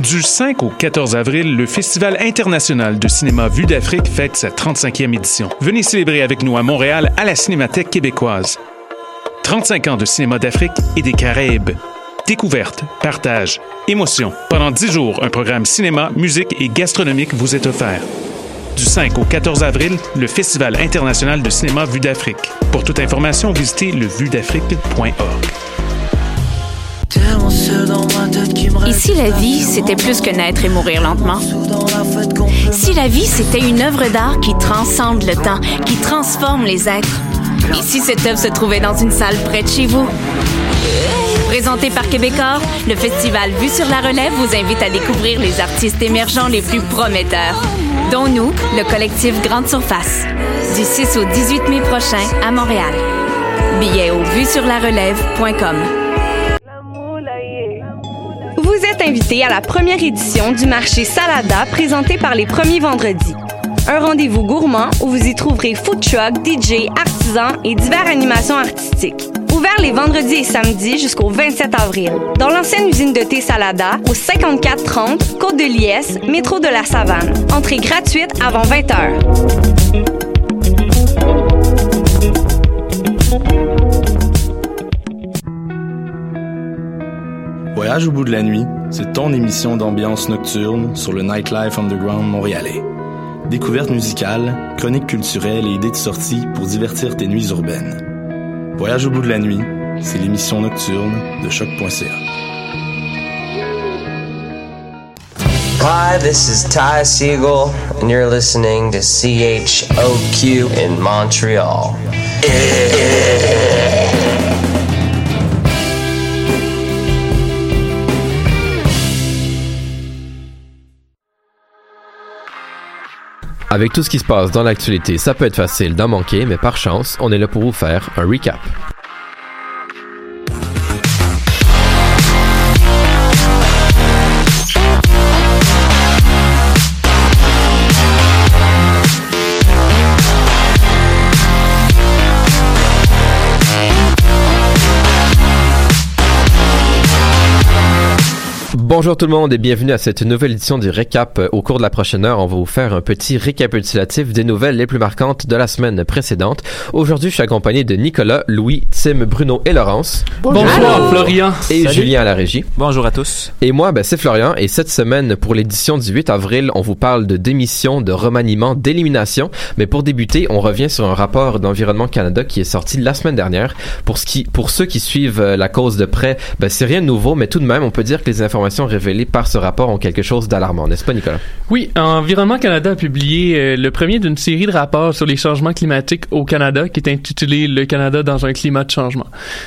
Du 5 au 14 avril, le Festival international de cinéma Vue d'Afrique fête sa 35e édition. Venez célébrer avec nous à Montréal, à la Cinémathèque québécoise. 35 ans de cinéma d'Afrique et des Caraïbes. Découverte, partage, émotion. Pendant 10 jours, un programme cinéma, musique et gastronomique vous est offert. Du 5 au 14 avril, le Festival international de cinéma Vue d'Afrique. Pour toute information, visitez levuedafrique.org. Et si la vie, c'était plus que naître et mourir lentement? Si la vie, c'était une œuvre d'art qui transcende le temps, qui transforme les êtres? Et si cette œuvre se trouvait dans une salle près de chez vous? Présenté par Québecor, le festival Vue sur la Relève vous invite à découvrir les artistes émergents les plus prometteurs, dont nous, le collectif Grande Surface. Du 6 au 18 mai prochain à Montréal. Billets au vuesurlarelève.com. Vous êtes invité à la première édition du marché Salada présenté par les premiers vendredis. Un rendez-vous gourmand où vous y trouverez food truck, DJ, artisans et diverses animations artistiques. Ouvert les vendredis et samedis jusqu'au 27 avril. Dans l'ancienne usine de thé Salada, au 5430 Côte de Liesse, métro de la Savane. Entrée gratuite avant 20h. Voyage au bout de la nuit, c'est ton émission d'ambiance nocturne sur le Nightlife Underground montréalais. Découvertes musicales, chroniques culturelles et idées de sortie pour divertir tes nuits urbaines. Voyage au bout de la nuit, c'est l'émission nocturne de choc.ca. Hi, this is Ty Siegel, and you're listening to CHOQ in Montreal. Avec tout ce qui se passe dans l'actualité, ça peut être facile d'en manquer, mais par chance, on est là pour vous faire un recap. Bonjour tout le monde et bienvenue à cette nouvelle édition du Récap. Au cours de la prochaine heure, on va vous faire un petit récapitulatif des nouvelles les plus marquantes de la semaine précédente. Aujourd'hui, je suis accompagné de Nicolas, Louis, Tim, Bruno et Laurence. Bonjour Florian. Et Salut. Julien à la régie. Bonjour à tous. Et moi, c'est Florian. Et cette semaine, pour l'édition du 8 avril, on vous parle de démission, de remaniement, d'élimination. Mais pour débuter, on revient sur un rapport d'Environnement Canada qui est sorti la semaine dernière. Pour ceux qui suivent la cause de près, c'est rien de nouveau, mais tout de même, on peut dire que les informations révélées par ce rapport ont quelque chose d'alarmant, n'est-ce pas, Nicolas? Oui, Environnement Canada a publié le premier d'une série de rapports sur les changements climatiques au Canada qui est intitulé « Le Canada dans un climat de changement ».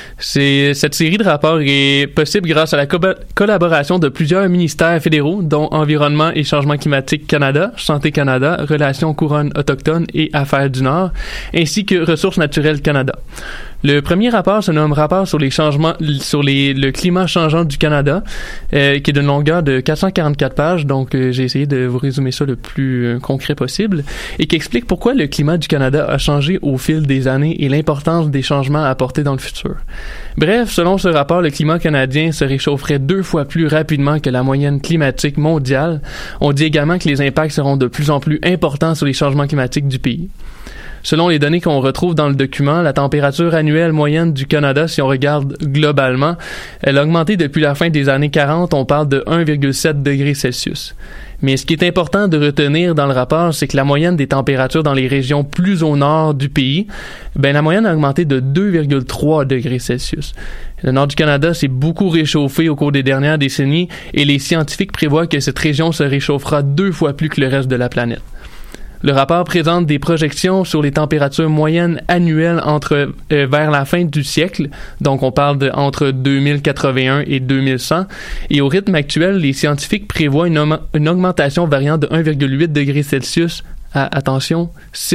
Cette série de rapports est possible grâce à la collaboration de plusieurs ministères fédéraux, dont Environnement et Changement climatique Canada, Santé Canada, Relations couronnes autochtones et Affaires du Nord, ainsi que Ressources naturelles Canada. Le premier rapport se nomme Rapport sur les changements, sur le climat changeant du Canada, qui est d'une longueur de 444 pages, donc j'ai essayé de vous résumer ça le plus concret possible, et qui explique pourquoi le climat du Canada a changé au fil des années et l'importance des changements à apporter dans le futur. Bref, selon ce rapport, le climat canadien se réchaufferait 2 fois plus rapidement que la moyenne climatique mondiale. On dit également que les impacts seront de plus en plus importants sur les changements climatiques du pays. Selon les données qu'on retrouve dans le document, la température annuelle moyenne du Canada, si on regarde globalement, elle a augmenté depuis la fin des années 40, on parle de 1,7 degrés Celsius. Mais ce qui est important de retenir dans le rapport, c'est que la moyenne des températures dans les régions plus au nord du pays, la moyenne a augmenté de 2,3 degrés Celsius. Le nord du Canada s'est beaucoup réchauffé au cours des dernières décennies et les scientifiques prévoient que cette région se réchauffera 2 fois plus que le reste de la planète. Le rapport présente des projections sur les températures moyennes annuelles vers la fin du siècle, donc on parle entre 2081 et 2100, et au rythme actuel, les scientifiques prévoient une augmentation variant de 1,8 degrés Celsius à, attention,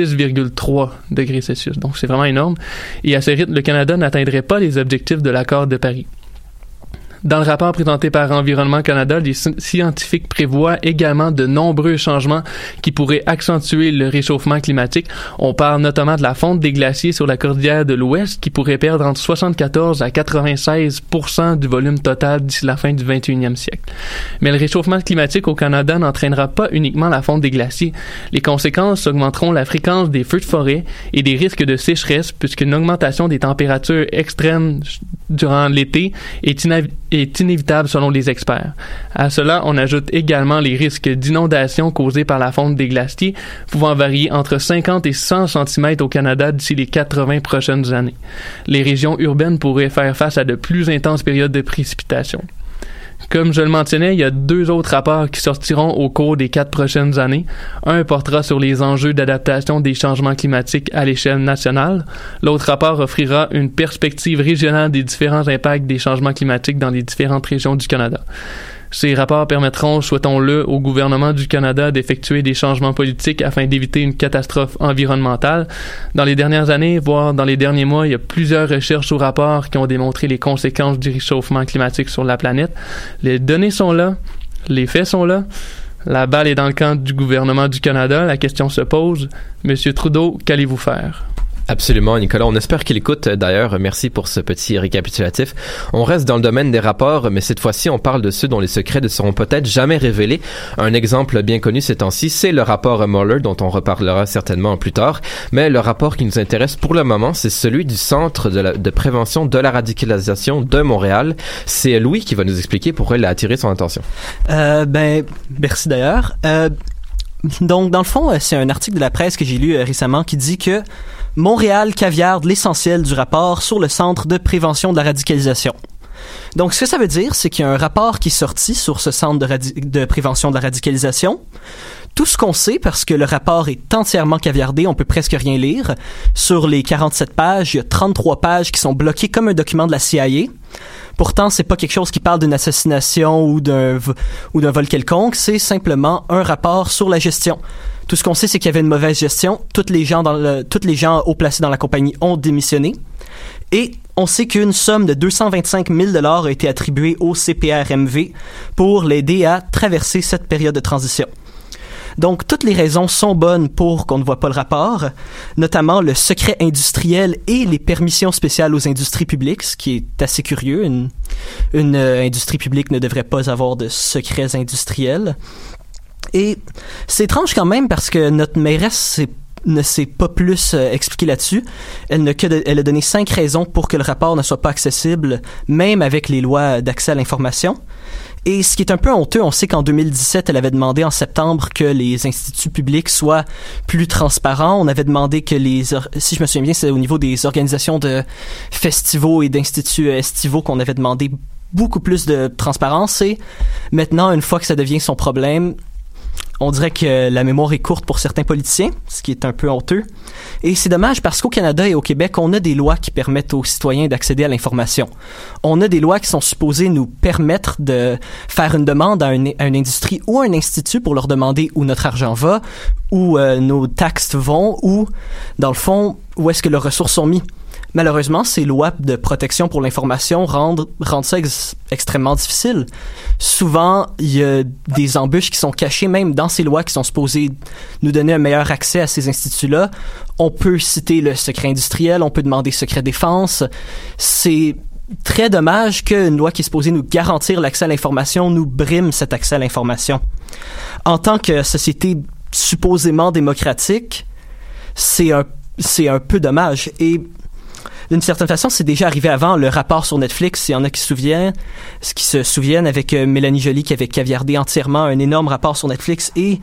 6,3 degrés Celsius. Donc c'est vraiment énorme. Et à ce rythme, le Canada n'atteindrait pas les objectifs de l'accord de Paris. Dans le rapport présenté par Environnement Canada, les scientifiques prévoient également de nombreux changements qui pourraient accentuer le réchauffement climatique. On parle notamment de la fonte des glaciers sur la cordillère de l'Ouest qui pourrait perdre entre 74 à 96% du volume total d'ici la fin du 21e siècle. Mais le réchauffement climatique au Canada n'entraînera pas uniquement la fonte des glaciers. Les conséquences augmenteront la fréquence des feux de forêt et des risques de sécheresse puisqu'une augmentation des températures extrêmes durant l'été est inévitable selon les experts. À cela, on ajoute également les risques d'inondation causés par la fonte des glaciers, pouvant varier entre 50 et 100 cm au Canada d'ici les 80 prochaines années. Les régions urbaines pourraient faire face à de plus intenses périodes de précipitations. Comme je le mentionnais, il y a 2 autres rapports qui sortiront au cours des 4 prochaines années. Un portera sur les enjeux d'adaptation des changements climatiques à l'échelle nationale. L'autre rapport offrira une perspective régionale des différents impacts des changements climatiques dans les différentes régions du Canada. Ces rapports permettront, souhaitons-le, au gouvernement du Canada d'effectuer des changements politiques afin d'éviter une catastrophe environnementale. Dans les dernières années, voire dans les derniers mois, il y a plusieurs recherches ou rapports qui ont démontré les conséquences du réchauffement climatique sur la planète. Les données sont là, les faits sont là. La balle est dans le camp du gouvernement du Canada. La question se pose. Monsieur Trudeau, qu'allez-vous faire? Absolument, Nicolas. On espère qu'il écoute. D'ailleurs, merci pour ce petit récapitulatif. On reste dans le domaine des rapports, mais cette fois-ci, on parle de ceux dont les secrets ne seront peut-être jamais révélés. Un exemple bien connu ces temps-ci, c'est le rapport Mueller, dont on reparlera certainement plus tard. Mais le rapport qui nous intéresse pour le moment, c'est celui du Centre de prévention de la radicalisation de Montréal. C'est Louis qui va nous expliquer pourquoi il a attiré son attention. Merci d'ailleurs. Donc, dans le fond, c'est un article de la presse que j'ai lu récemment qui dit que Montréal caviarde l'essentiel du rapport sur le Centre de prévention de la radicalisation. Donc, ce que ça veut dire, c'est qu'il y a un rapport qui est sorti sur ce Centre de prévention de la radicalisation. Tout ce qu'on sait, parce que le rapport est entièrement caviardé, on peut presque rien lire. Sur les 47 pages, il y a 33 pages qui sont bloquées comme un document de la CIA. Pourtant, c'est pas quelque chose qui parle d'une assassination ou d'un vol quelconque, c'est simplement un rapport sur la gestion. Tout ce qu'on sait, c'est qu'il y avait une mauvaise gestion. Tous les gens haut placés dans la compagnie ont démissionné. Et on sait qu'une somme de 225 000 $ a été attribuée au CPRMV pour l'aider à traverser cette période de transition. Donc, toutes les raisons sont bonnes pour qu'on ne voit pas le rapport, notamment le secret industriel et les permissions spéciales aux industries publiques, ce qui est assez curieux. Une industrie publique ne devrait pas avoir de secrets industriels. Et c'est étrange quand même parce que notre mairesse ne s'est pas plus expliquée là-dessus. Elle a donné 5 raisons pour que le rapport ne soit pas accessible, même avec les lois d'accès à l'information. Et ce qui est un peu honteux, on sait qu'en 2017, elle avait demandé en septembre que les instituts publics soient plus transparents. On avait demandé que si je me souviens bien, c'est au niveau des organisations de festivals et d'instituts estivaux qu'on avait demandé beaucoup plus de transparence. Et maintenant, une fois que ça devient son problème, on dirait que la mémoire est courte pour certains politiciens, ce qui est un peu honteux. Et c'est dommage parce qu'au Canada et au Québec, on a des lois qui permettent aux citoyens d'accéder à l'information. On a des lois qui sont supposées nous permettre de faire une demande à une industrie ou à un institut pour leur demander où notre argent va, où nos taxes vont, ou, dans le fond, où est-ce que leurs ressources sont mises. Malheureusement, ces lois de protection pour l'information rendent ça extrêmement difficile. Souvent, il y a des embûches qui sont cachées même dans ces lois qui sont supposées nous donner un meilleur accès à ces instituts-là. On peut citer le secret industriel, on peut demander secret défense. C'est très dommage qu'une loi qui est supposée nous garantir l'accès à l'information nous brime cet accès à l'information. En tant que société supposément démocratique, c'est un peu dommage. Et d'une certaine façon, c'est déjà arrivé avant le rapport sur Netflix. Il y en a qui se souviennent avec Mélanie Joly qui avait caviardé entièrement un énorme rapport sur Netflix et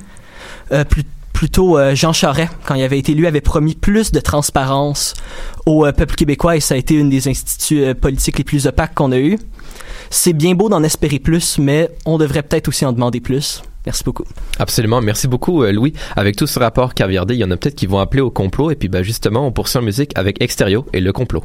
plutôt Jean Charest, quand il avait été élu, avait promis plus de transparence au peuple québécois et ça a été une des instituts politiques les plus opaques qu'on a eu. C'est bien beau d'en espérer plus, mais on devrait peut-être aussi en demander plus. Merci beaucoup. Absolument. Merci beaucoup, Louis. Avec tout ce rapport caviardé, il y en a peut-être qui vont appeler au complot. Et puis, justement, on poursuit en musique avec Extérieur et le complot.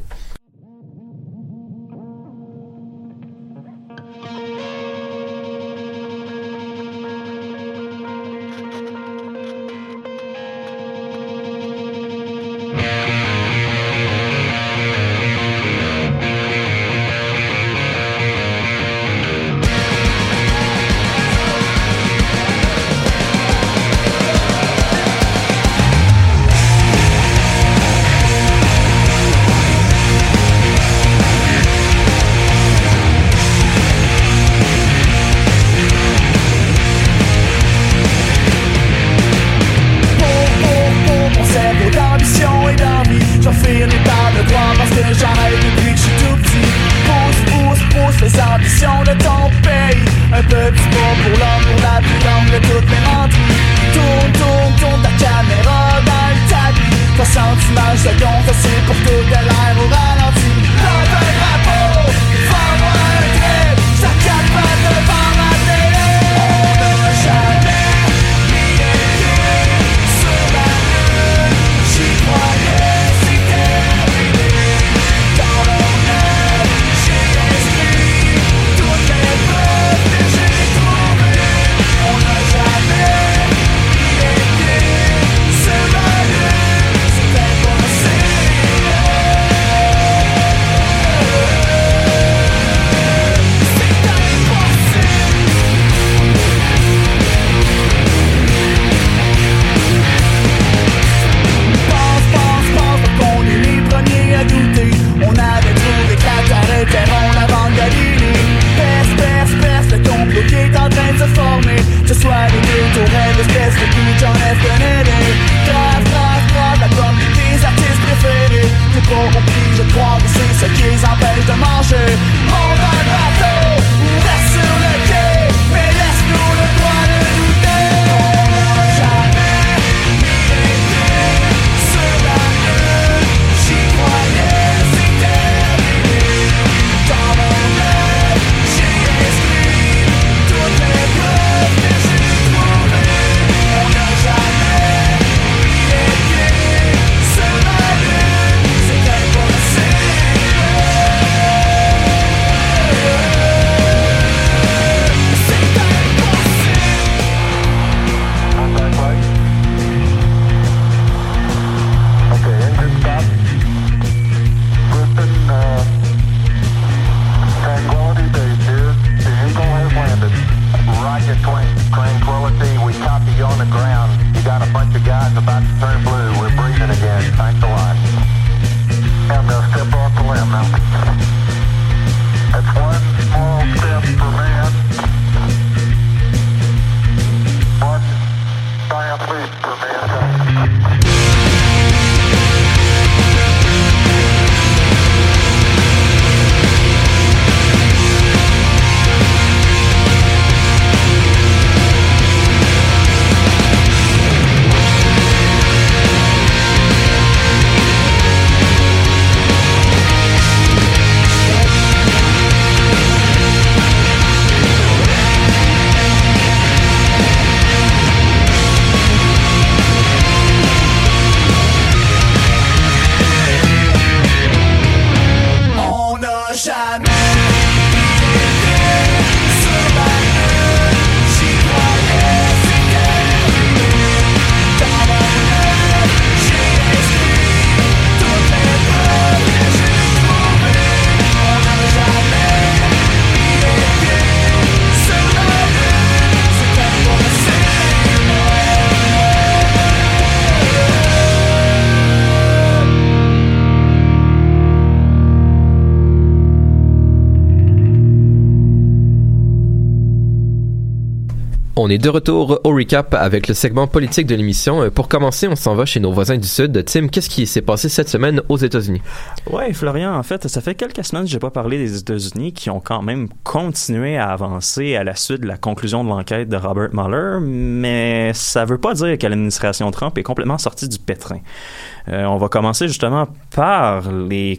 est de retour au recap avec le segment politique de l'émission. Pour commencer, on s'en va chez nos voisins du Sud. Tim, qu'est-ce qui s'est passé cette semaine aux États-Unis? Ouais, Florian, en fait, ça fait quelques semaines que j'ai pas parlé des États-Unis qui ont quand même continué à avancer à la suite de la conclusion de l'enquête de Robert Mueller, mais ça veut pas dire que l'administration Trump est complètement sortie du pétrin. On va commencer justement par les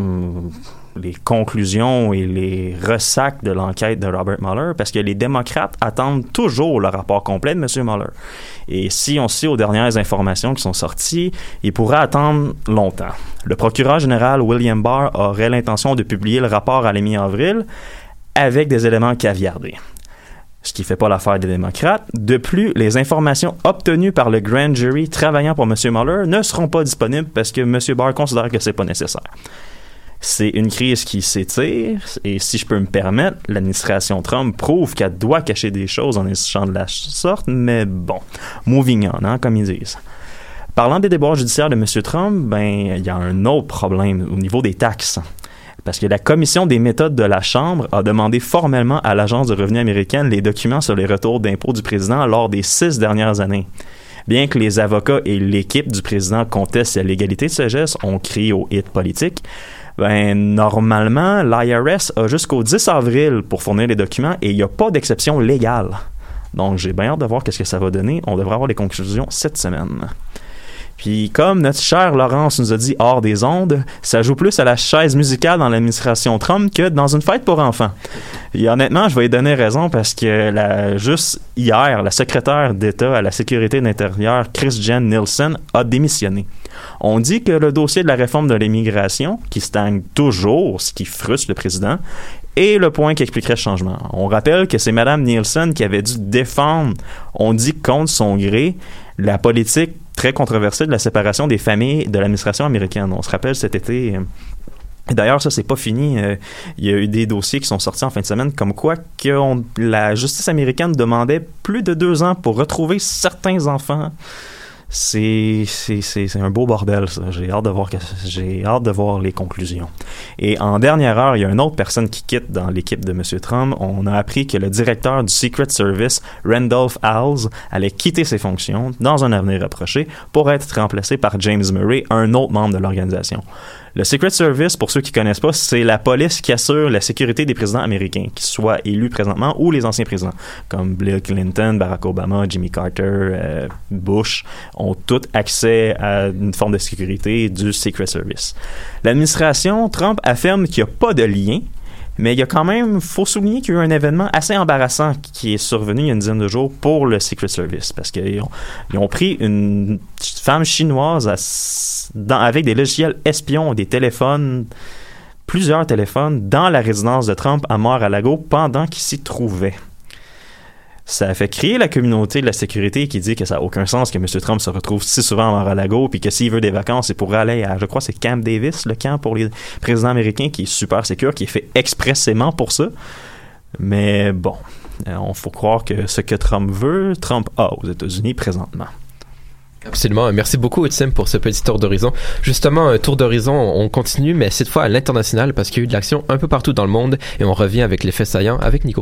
conclusions et les ressacs de l'enquête de Robert Mueller, parce que les démocrates attendent toujours le rapport complet de M. Mueller. Et si on se fie aux dernières informations qui sont sorties, il pourrait attendre longtemps. Le procureur général William Barr aurait l'intention de publier le rapport à la mi-avril avec des éléments caviardés. Ce qui ne fait pas l'affaire des démocrates. De plus, les informations obtenues par le grand jury travaillant pour M. Mueller ne seront pas disponibles parce que M. Barr considère que ce n'est pas nécessaire. C'est une crise qui s'étire, et si je peux me permettre, l'administration Trump prouve qu'elle doit cacher des choses en échangeant de la sorte, mais bon, moving on, comme ils disent. Parlant des déboires judiciaires de M. Trump, il y a un autre problème au niveau des taxes. Parce que la commission des méthodes de la Chambre a demandé formellement à l'Agence de revenus américaine les documents sur les retours d'impôts du président lors des 6 dernières années. Bien que les avocats et l'équipe du président contestent la légalité de ce geste, on crie au hit politique. Normalement, l'IRS a jusqu'au 10 avril pour fournir les documents et il n'y a pas d'exception légale. Donc, j'ai bien hâte de voir ce que ça va donner. On devrait avoir les conclusions cette semaine. Puis, comme notre chère Laurence nous a dit hors des ondes, ça joue plus à la chaise musicale dans l'administration Trump que dans une fête pour enfants. Et honnêtement, je vais lui donner raison parce que juste hier, la secrétaire d'État à la sécurité de l'Intérieur, Kirstjen Nielsen, a démissionné. On dit que le dossier de la réforme de l'immigration, qui stagne toujours, ce qui frustre le président, est le point qui expliquerait le changement. On rappelle que c'est Mme Nielsen qui avait dû défendre, on dit contre son gré, la politique très controversée de la séparation des familles de l'administration américaine. On se rappelle cet été... Et d'ailleurs, ça, c'est pas fini. Il y a eu des dossiers qui sont sortis en fin de semaine comme quoi la justice américaine demandait plus de 2 ans pour retrouver certains enfants. C'est un beau bordel, ça. J'ai hâte de voir les conclusions. Et en dernière heure, il y a une autre personne qui quitte dans l'équipe de M. Trump. On a appris que le directeur du Secret Service, Randolph Hales, allait quitter ses fonctions dans un avenir rapproché pour être remplacé par James Murray, un autre membre de l'organisation. Le Secret Service, pour ceux qui ne connaissent pas, c'est la police qui assure la sécurité des présidents américains, qu'ils soient élus présentement ou les anciens présidents, comme Bill Clinton, Barack Obama, Jimmy Carter, Bush, ont tous accès à une forme de sécurité du Secret Service. L'administration Trump affirme qu'il n'y a pas de lien, mais il y a quand même, faut souligner qu'il y a eu un événement assez embarrassant qui est survenu il y a une dizaine de jours pour le Secret Service, parce qu'ils ont pris une femme chinoise avec des logiciels espions, des téléphones, plusieurs téléphones, dans la résidence de Trump à Mar-a-Lago pendant qu'il s'y trouvait. Ça a fait crier la communauté de la sécurité qui dit que ça n'a aucun sens que M. Trump se retrouve si souvent à Mar-a-Lago, puis que s'il veut des vacances, c'est pour aller à, je crois, c'est Camp Davis, le camp pour les présidents américains, qui est super sécure, qui est fait expressément pour ça. Mais bon, on faut croire que ce que Trump veut, Trump a aux États-Unis présentement. Absolument. Merci beaucoup, Tim, pour ce petit tour d'horizon. Justement, un tour d'horizon, on continue, mais cette fois à l'international, parce qu'il y a eu de l'action un peu partout dans le monde, et on revient avec les faits saillants avec Nico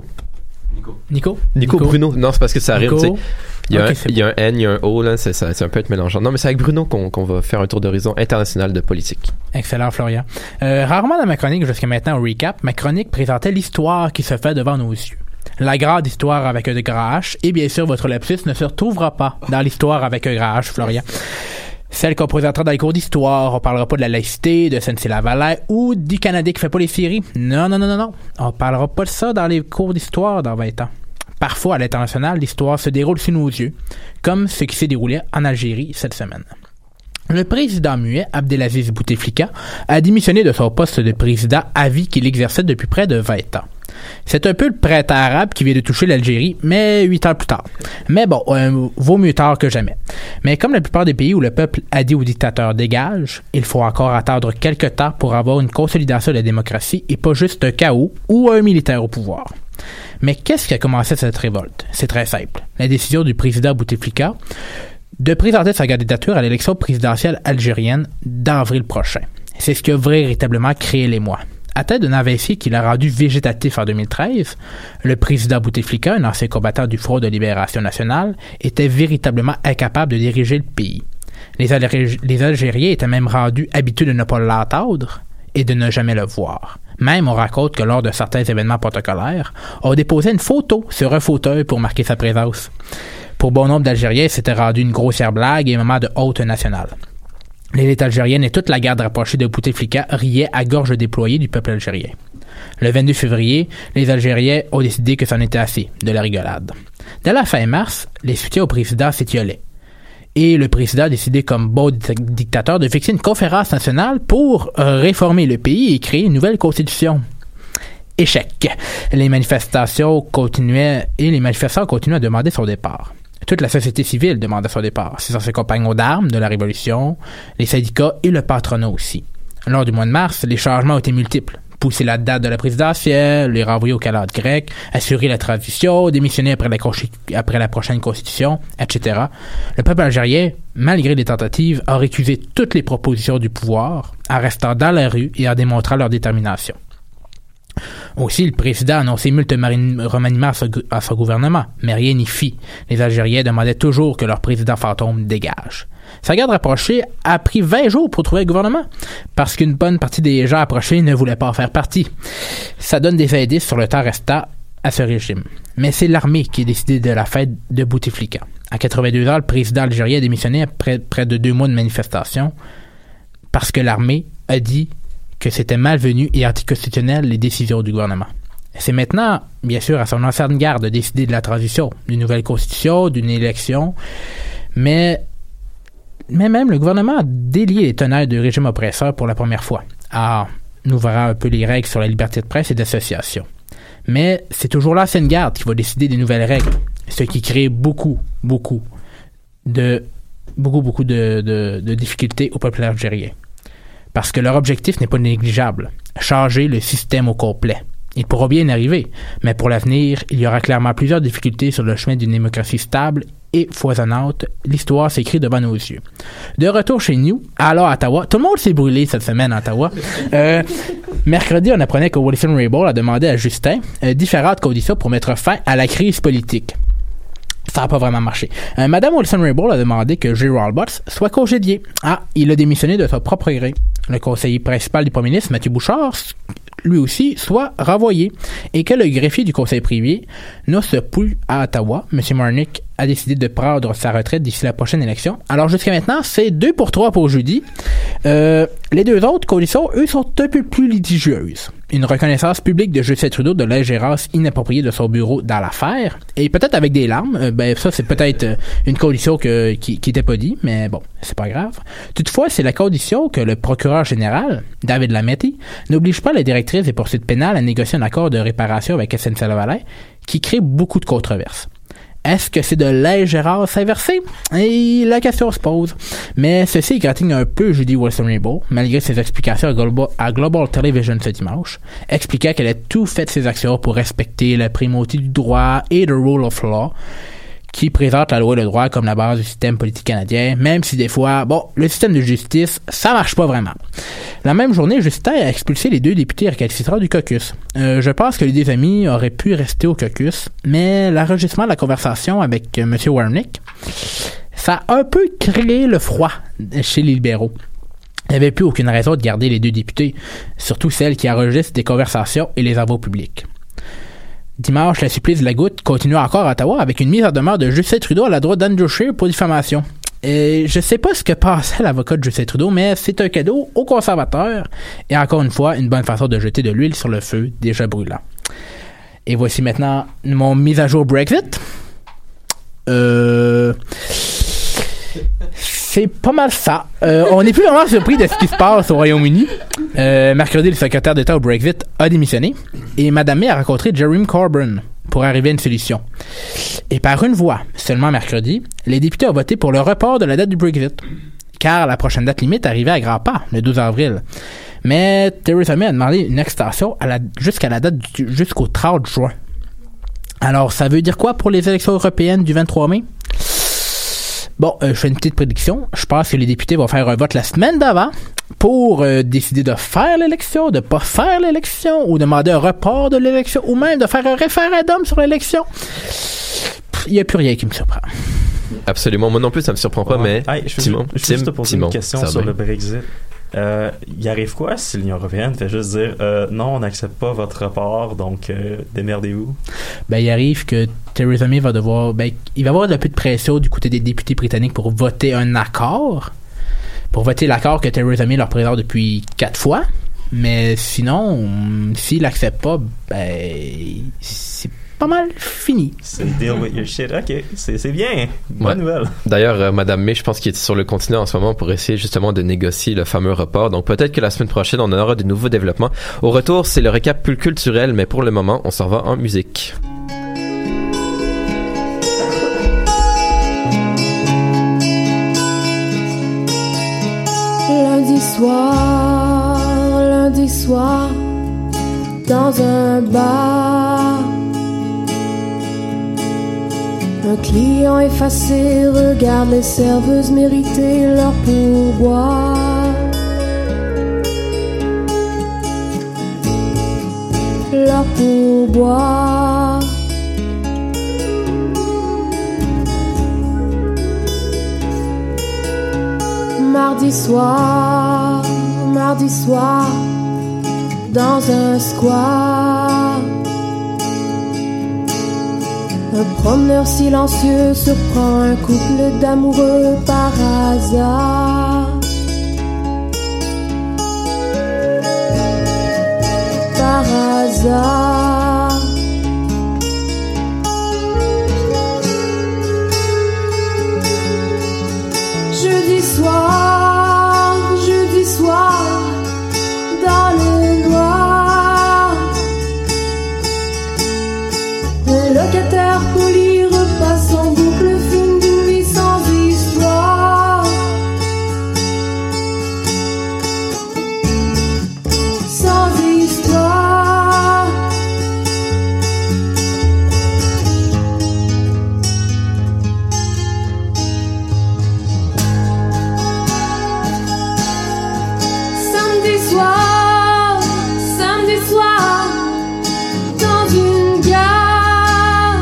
Bruno. Non, c'est parce que ça arrive, tu sais. Il y a un N, il y a un O, là, ça un peu être mélangeant. Non, mais c'est avec Bruno qu'on va faire un tour d'horizon international de politique. Excellent, Florian. Rarement dans ma chronique jusqu'à maintenant au recap, ma chronique présentait l'histoire qui se fait devant nos yeux. La grande histoire avec un grand H, et bien sûr, votre lapsus ne se retrouvera pas dans l'histoire avec un grand H, Florian. Celle qu'on présentera dans les cours d'histoire. On parlera pas de la laïcité, de SNC-Lavalin ou du Canadien qui fait pas les séries. Non. On parlera pas de ça dans les cours d'histoire dans 20 ans. Parfois, à l'international, l'histoire se déroule sous nos yeux, comme ce qui s'est déroulé en Algérie cette semaine. Le président muet, Abdelaziz Bouteflika, a démissionné de son poste de président à vie qu'il exerçait depuis près de 20 ans. C'est un peu le printemps arabe qui vient de toucher l'Algérie, mais 8 ans plus tard. Mais bon, vaut mieux tard que jamais. Mais comme la plupart des pays où le peuple a dit au dictateur dégage, il faut encore attendre quelques temps pour avoir une consolidation de la démocratie et pas juste un chaos ou un militaire au pouvoir. Mais qu'est-ce qui a commencé cette révolte? C'est très simple. La décision du président Bouteflika de présenter sa candidature à l'élection présidentielle algérienne d'avril prochain. C'est ce qui a véritablement créé l'émoi. Atteint d'un AVC qui l'a rendu végétatif en 2013, le président Bouteflika, un ancien combattant du Front de libération nationale, était véritablement incapable de diriger le pays. Les Algériens étaient même rendus habitués de ne pas l'entendre et de ne jamais le voir. Même, on raconte que lors de certains événements protocolaires, on déposait une photo sur un fauteuil pour marquer sa présence. Pour bon nombre d'Algériens, c'était rendu une grossière blague et un moment de honte nationale. L'élite algérienne et toute la garde rapprochée de Bouteflika riaient à gorge déployée du peuple algérien. Le 22 février, les Algériens ont décidé que c'en était assez, de la rigolade. Dès la fin mars, les soutiens au président s'étiolaient. Et le président a décidé, comme bon dictateur, de fixer une conférence nationale pour réformer le pays et créer une nouvelle constitution. Échec. Les manifestants continuaient à demander son départ. Toute la société civile demandait son départ. Ses compagnons d'armes de la Révolution, les syndicats et le patronat aussi. Lors du mois de mars, les changements ont été multiples. Pousser la date de la présidentielle, les renvoyer au calendrier grec, assurer la transition, démissionner après la prochaine constitution, etc. Le peuple algérien, malgré les tentatives, a récusé toutes les propositions du pouvoir, en restant dans la rue et en démontrant leur détermination. Aussi, le président a annoncé multiples remaniements à son gouvernement, mais rien n'y fit. Les Algériens demandaient toujours que leur président fantôme dégage. Sa garde rapprochée a pris 20 jours pour trouver un gouvernement, parce qu'une bonne partie des gens approchés ne voulaient pas en faire partie. Ça donne des indices sur le temps restant à ce régime. Mais c'est l'armée qui a décidé de la fête de Bouteflika. À 82 ans, le président algérien a démissionné après près de 2 mois de manifestation, parce que l'armée a dit que c'était malvenu et anticonstitutionnel les décisions du gouvernement. C'est maintenant, bien sûr, à son ancienne garde de décider de la transition, d'une nouvelle constitution, d'une élection, mais même le gouvernement a délié les tenailles du régime oppresseur pour la première fois, en ouvrant un peu les règles sur la liberté de presse et d'association. Mais c'est toujours l'ancienne garde qui va décider des nouvelles règles, ce qui crée beaucoup de difficultés au peuple algérien. Parce que leur objectif n'est pas négligeable, changer le système au complet. Ils pourront bien y arriver, mais pour l'avenir, il y aura clairement plusieurs difficultés sur le chemin d'une démocratie stable et foisonnante. L'histoire s'écrit devant nos yeux. De retour chez nous, alors à Ottawa, tout le monde s'est brûlé cette semaine à Ottawa. Mercredi, on apprenait que Wilson Raybould a demandé à Justin différentes conditions pour mettre fin à la crise politique. Ça n'a pas vraiment marché. Madame Wilson Raybould a demandé que Gerald Butts soit congédié. Il a démissionné de son propre gré. Le conseiller principal du premier ministre, Mathieu Bouchard, lui aussi, soit renvoyé. Et que le greffier du conseil privé ne se plus à Ottawa, M. Marnick, a décidé de prendre sa retraite d'ici la prochaine élection. Alors jusqu'à maintenant, c'est 2-3 pour jeudi. Les deux autres conditions, eux, sont un peu plus litigieuses. Une reconnaissance publique de Justin Trudeau de l'ingérence inappropriée de son bureau dans l'affaire, et peut-être avec des larmes. Ça, c'est peut-être une condition qui n'était pas dit, mais bon, c'est pas grave. Toutefois, c'est la condition que le procureur général, David Lametti, n'oblige pas la directrice des poursuites pénales à négocier un accord de réparation avec SNC-Lavalin, qui crée beaucoup de controverses. Est-ce que c'est de l'ingérence inversée? Et la question se pose. Mais ceci égratigne un peu Judy Wilson-Raybould, malgré ses explications à Global Television ce dimanche, expliquant qu'elle a tout fait de ses actions pour respecter la primauté du droit et le rule of law, qui présente la loi et le droit comme la base du système politique canadien, même si des fois, le système de justice, ça marche pas vraiment. La même journée, Justin a expulsé les 2 députés récalcitrants du caucus. Je pense que les 2 amis auraient pu rester au caucus, mais l'enregistrement de la conversation avec M. Warnick, ça a un peu créé le froid chez les libéraux. Il n'y avait plus aucune raison de garder les 2 députés, surtout celles qui enregistrent des conversations et les envoient publics. Dimanche, le supplice de la goutte continue encore à Ottawa avec une mise en demeure de Justin Trudeau à la droite d'Andrew Scheer pour diffamation. Et je sais pas ce que pensait l'avocat de Justin Trudeau, mais c'est un cadeau aux conservateurs et encore une fois, une bonne façon de jeter de l'huile sur le feu déjà brûlant. Et voici maintenant mon mise à jour Brexit. C'est pas mal ça. On n'est plus vraiment surpris de ce qui se passe au Royaume-Uni. Mercredi, le secrétaire d'État au Brexit a démissionné et Mme May a rencontré Jeremy Corbyn pour arriver à une solution. Et par une voix, seulement mercredi, les députés ont voté pour le report de la date du Brexit, car la prochaine date limite arrivait à grands pas, le 12 avril. Mais Theresa May a demandé une extension jusqu'au 30 juin. Alors, ça veut dire quoi pour les élections européennes du 23 mai? Je fais une petite prédiction. Je pense que les députés vont faire un vote la semaine d'avant pour décider de faire l'élection, de pas faire l'élection, ou demander un report de l'élection, ou même de faire un référendum sur l'élection. Il n'y a plus rien qui me surprend. Absolument. Moi non plus, ça me surprend pas, mais Timon, je vais juste te poser une question sur le Brexit. Il arrive quoi si l'Union européenne fait juste dire non, on n'accepte pas votre report, donc démerdez-vous? Ben, il arrive que Theresa May va devoir... Ben, il va y avoir un peu de pression du côté des députés britanniques pour voter un accord. Pour voter l'accord que Theresa May leur présente depuis 4 fois. Mais sinon, s'il l'accepte pas, ben, c'est pas mal fini. C'est deal with your shit. OK, c'est bien. Bonne nouvelle. D'ailleurs, Madame May, je pense qu'il est sur le continent en ce moment pour essayer justement de négocier le fameux report. Donc peut-être que la semaine prochaine, on aura de nouveaux développements. Au retour, c'est le récap plus culturel, mais pour le moment, on s'en va en musique. Lundi soir, dans un bar, un client effacé regarde les serveuses mériter leur pourboire. Leur pourboire. Mardi soir, dans un square, un promeneur silencieux surprend un couple d'amoureux par hasard. Par hasard. Jeudi soir, dans le noir, le locataire poli repasse en boucle film d'une vie sans histoire. Sans histoire. Samedi soir, dans une gare,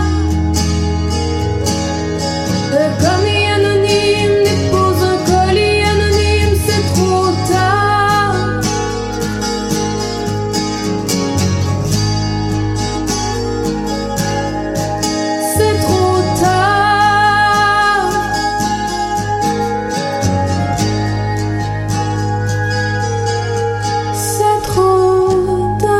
un commis anonyme dépose un colis anonyme, c'est trop tard. C'est trop tard. C'est trop tard.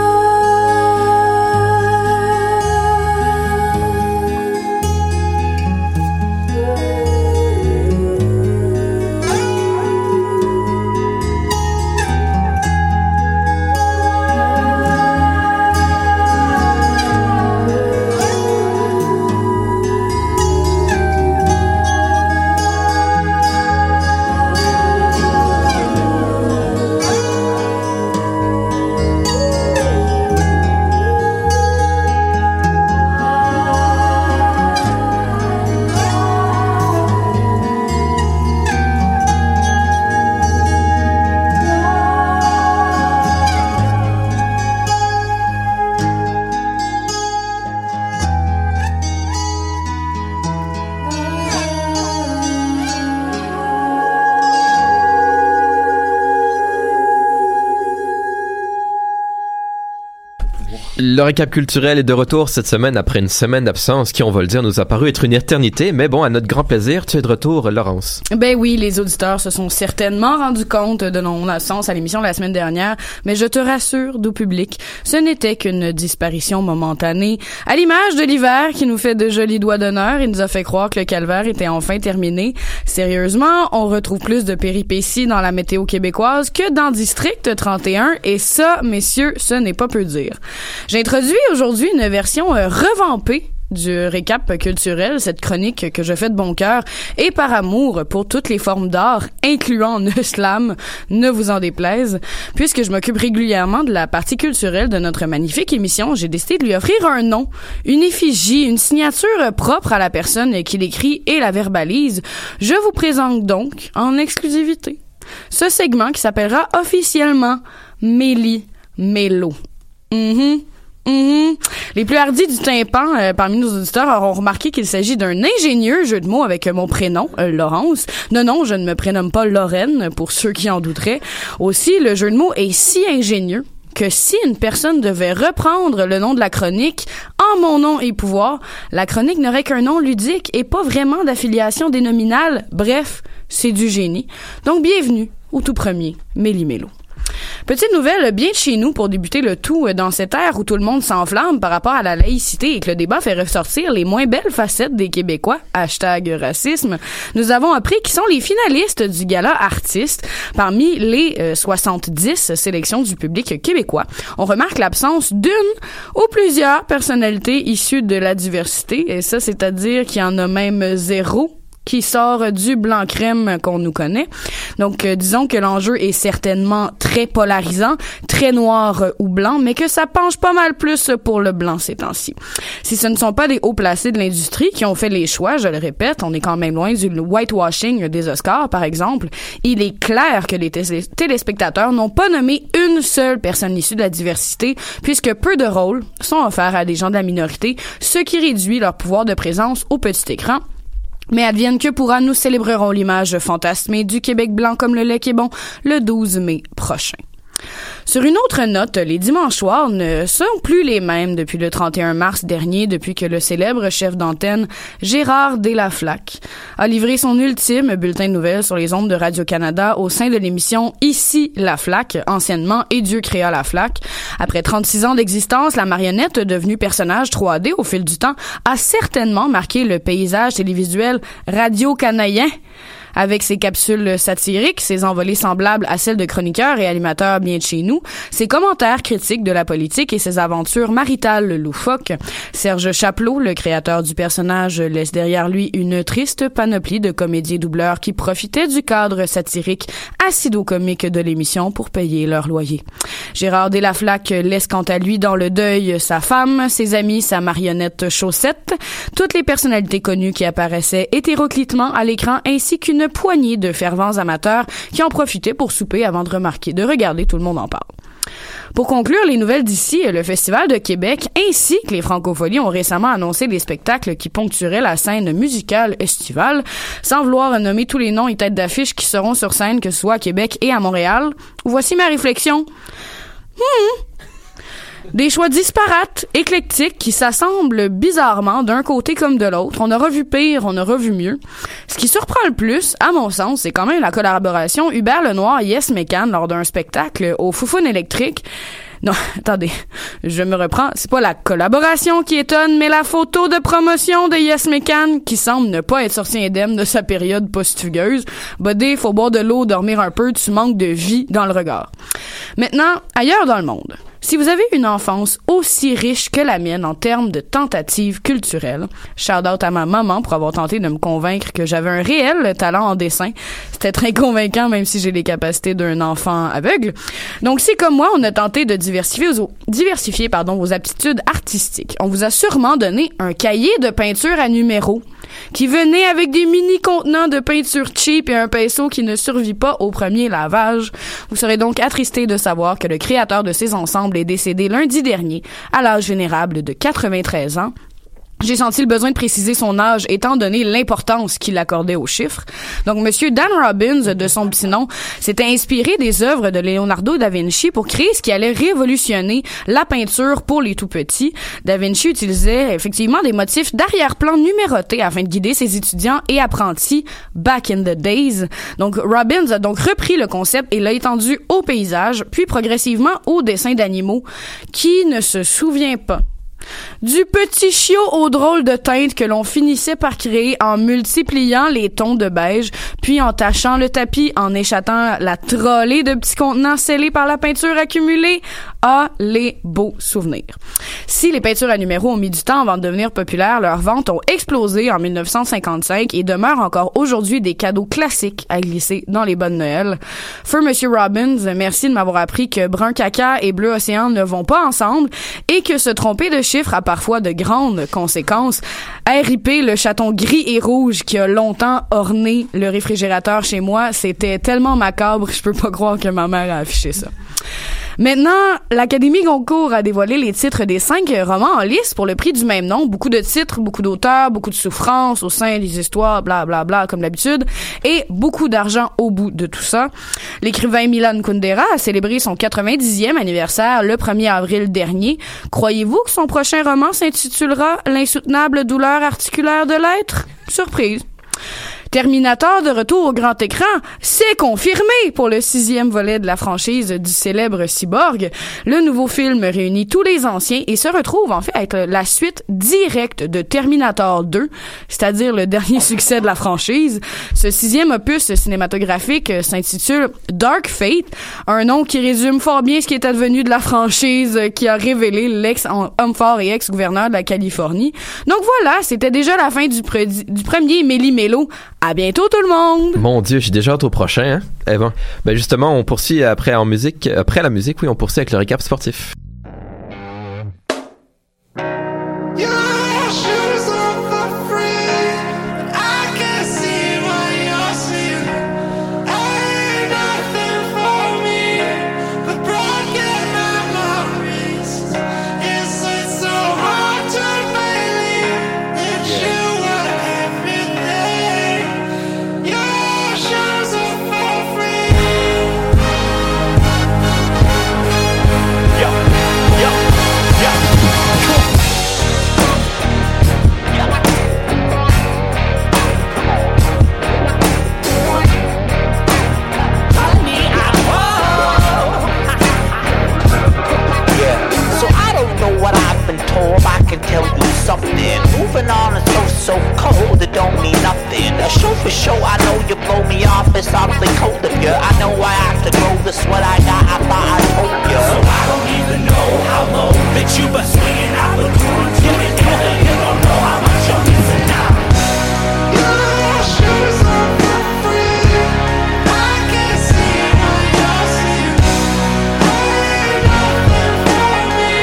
Le récap culturel est de retour cette semaine après une semaine d'absence qui, on va le dire, nous a paru être une éternité. Mais bon, à notre grand plaisir, tu es de retour, Laurence. Ben oui, les auditeurs se sont certainement rendus compte de mon absence à l'émission la semaine dernière, mais je te rassure, doux public, ce n'était qu'une disparition momentanée. À l'image de l'hiver qui nous fait de jolis doigts d'honneur et nous a fait croire que le calvaire était enfin terminé. Sérieusement, on retrouve plus de péripéties dans la météo québécoise que dans District 31, et ça, messieurs, ce n'est pas peu dire. J'ai introduit aujourd'hui une version revampée du récap culturel, cette chronique que je fais de bon cœur et par amour pour toutes les formes d'art, incluant le slam, ne vous en déplaise. Puisque je m'occupe régulièrement de la partie culturelle de notre magnifique émission, j'ai décidé de lui offrir un nom, une effigie, une signature propre à la personne qui l'écrit et la verbalise. Je vous présente donc, en exclusivité, Ce segment qui s'appellera officiellement Méli-Mélo. Les plus hardis du tympan parmi nos auditeurs auront remarqué qu'il s'agit d'un ingénieux jeu de mots avec mon prénom, Laurence. Non, je ne me prénomme pas Lorraine, pour ceux qui en douteraient. Aussi, le jeu de mots est si ingénieux que si une personne devait reprendre le nom de la chronique en mon nom et pouvoir, la chronique n'aurait qu'un nom ludique et pas vraiment d'affiliation dénominale. Bref, c'est du génie. Donc, bienvenue au tout premier Méli-Mélo. Petite nouvelle bien de chez nous pour débuter le tout dans cette ère où tout le monde s'enflamme par rapport à la laïcité et que le débat fait ressortir les moins belles facettes des Québécois, #racisme. Nous avons appris qui sont les finalistes du gala artistes parmi les 70 sélections du public québécois. On remarque l'absence d'une ou plusieurs personnalités issues de la diversité, et ça, c'est-à-dire qu'il y en a même 0 qui sort du blanc crème qu'on nous connaît. Donc, disons que l'enjeu est certainement très polarisant, très noir ou blanc, mais que ça penche pas mal plus pour le blanc ces temps-ci. Si ce ne sont pas des hauts placés de l'industrie qui ont fait les choix, je le répète, on est quand même loin du whitewashing des Oscars, par exemple, il est clair que les téléspectateurs n'ont pas nommé une seule personne issue de la diversité, puisque peu de rôles sont offerts à des gens de la minorité, ce qui réduit leur pouvoir de présence au petit écran. Mais advienne que pourra, nous célébrerons l'image fantasmée du Québec blanc comme le lait qui est bon le 12 mai prochain. Sur une autre note, les dimanches soirs ne sont plus les mêmes depuis le 31 mars dernier, depuis que le célèbre chef d'antenne Gérard Delaflaque a livré son ultime bulletin de nouvelles sur les ondes de Radio-Canada au sein de l'émission Ici la Flaque, anciennement Et Dieu créa la Flaque. Après 36 ans d'existence, la marionnette, devenue personnage 3D au fil du temps, a certainement marqué le paysage télévisuel radio-canadien. Avec ses capsules satiriques, ses envolées semblables à celles de chroniqueurs et animateurs bien de chez nous, ses commentaires critiques de la politique et ses aventures maritales loufoques, Serge Chapelot, le créateur du personnage, laisse derrière lui une triste panoplie de comédiens doubleurs qui profitaient du cadre satirique acido-comique de l'émission pour payer leur loyer. Gérard Delaflaque laisse quant à lui dans le deuil sa femme, ses amis, sa marionnette Chaussette, toutes les personnalités connues qui apparaissaient hétéroclitement à l'écran ainsi qu'une poignée de fervents amateurs qui en profitaient pour souper avant de regarder Tout le monde en parle. Pour conclure les nouvelles d'ici, le Festival de Québec ainsi que les Francopholies ont récemment annoncé les spectacles qui ponctueraient la scène musicale estivale. Sans vouloir nommer tous les noms et têtes d'affiche qui seront sur scène, que ce soit à Québec et à Montréal, voici ma réflexion. Des choix disparates, éclectiques, qui s'assemblent bizarrement d'un côté comme de l'autre. On aura vu pire, on aura vu mieux. Ce qui surprend le plus, à mon sens, c'est quand même la collaboration Hubert Lenoir et Yes Mécan lors d'un spectacle au Foufoune électrique. Non, attendez, je me reprends. C'est pas la collaboration qui étonne, mais la photo de promotion de Yes Mécan qui semble ne pas être sorti indemne de sa période post-fugueuse. Buddy, faut boire de l'eau, dormir un peu, tu manques de vie dans le regard. Maintenant, ailleurs dans le monde. Si vous avez une enfance aussi riche que la mienne en termes de tentatives culturelles, shout-out à ma maman pour avoir tenté de me convaincre que j'avais un réel talent en dessin. C'était très convaincant, même si j'ai les capacités d'un enfant aveugle. Donc, si comme moi, on a tenté de diversifier vos aptitudes artistiques, on vous a sûrement donné un cahier de peinture à numéros qui venait avec des mini-contenants de peinture cheap et un pinceau qui ne survit pas au premier lavage. Vous serez donc attristé de savoir que le créateur de ces ensembles est décédé lundi dernier, à l'âge vénérable de 93 ans. J'ai senti le besoin de préciser son âge étant donné l'importance qu'il accordait aux chiffres. Donc, Monsieur Dan Robbins, de son petit nom, s'était inspiré des œuvres de Leonardo da Vinci pour créer ce qui allait révolutionner la peinture pour les tout-petits. Da Vinci utilisait effectivement des motifs d'arrière-plan numérotés afin de guider ses étudiants et apprentis back in the days. Donc, Robbins a donc repris le concept et l'a étendu au paysage, puis progressivement au dessin d'animaux. Qui ne se souvient pas du petit chiot aux drôles de teintes que l'on finissait par créer en multipliant les tons de beige, puis en tachant le tapis, en échappant la trolley de petits contenants scellés par la peinture accumulée? Ah, les beaux souvenirs. Si les peintures à numéros ont mis du temps avant de devenir populaires, leurs ventes ont explosé en 1955 et demeurent encore aujourd'hui des cadeaux classiques à glisser dans les bonnes Noël. Feu Monsieur Robbins, merci de m'avoir appris que brun caca et bleu océan ne vont pas ensemble et que se tromper de chiffres a parfois de grandes conséquences. RIP, le chaton gris et rouge qui a longtemps orné le réfrigérateur chez moi, c'était tellement macabre, je peux pas croire que ma mère a affiché ça. Maintenant, l'Académie Goncourt a dévoilé les titres des 5 romans en lice pour le prix du même nom. Beaucoup de titres, beaucoup d'auteurs, beaucoup de souffrance au sein des histoires, bla bla bla, comme d'habitude, et beaucoup d'argent au bout de tout ça. L'écrivain Milan Kundera a célébré son 90e anniversaire le 1er avril dernier. Croyez-vous que son prochain roman s'intitulera « L'insoutenable douleur articulaire de l'être » ? Surprise. Terminator de retour au grand écran, c'est confirmé pour le 6e volet de la franchise du célèbre cyborg. Le nouveau film réunit tous les anciens et se retrouve en fait à être la suite directe de Terminator 2, c'est-à-dire le dernier succès de la franchise. Ce 6e opus cinématographique s'intitule Dark Fate, un nom qui résume fort bien ce qui est advenu de la franchise qui a révélé l'ex-homme fort et ex-gouverneur de la Californie. Donc voilà, c'était déjà la fin du premier Méli-Mélo. À bientôt tout le monde! Mon Dieu, j'ai déjà hâte au prochain, hein? Eh bon. Ben justement, on poursuit après la musique, oui, on poursuit avec le récap sportif. Tell you something. Moving on is so cold, it don't mean nothing. A show for show, I know you blow me off, it's awfully cold of you. I know I have to grow this what I got, I thought I told you. So I don't even know how low that you were swinging out the door to it. You don't know how much you're missing now. Your shoes are for free. I can see what you're seeing. Ain't nothing for me.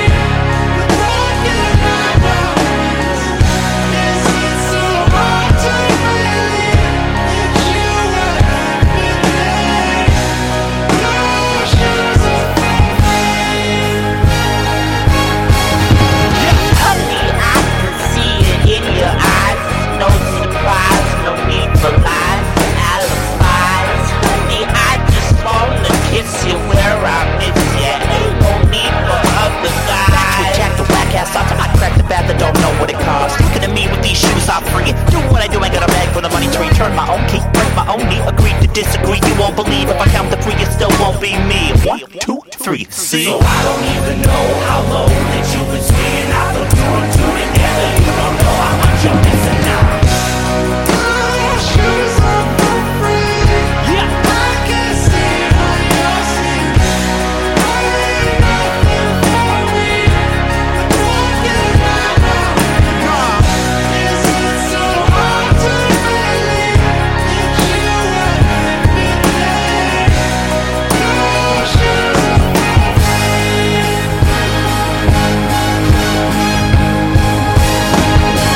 Kiss you where I miss ya. Ain't no need for other guys. Jack the whack ass out to my crack the bat that don't know what it costs. Looking at me with these shoes off free. Do what I do, ain't got a bag for the money to return my own key. Break my own knee. Agree to disagree. You won't believe if I count to 3, it still won't be me. 1, 2, 3, see. So I don't even know how low that you been swinging out the door to together. You don't know how much you're missing now. Your shoes are for free. Yeah. I can see what you're seeing. Ain't nothing for me. Broken my heart. Is it so hard to believe that you would be there? Your shoes are for free.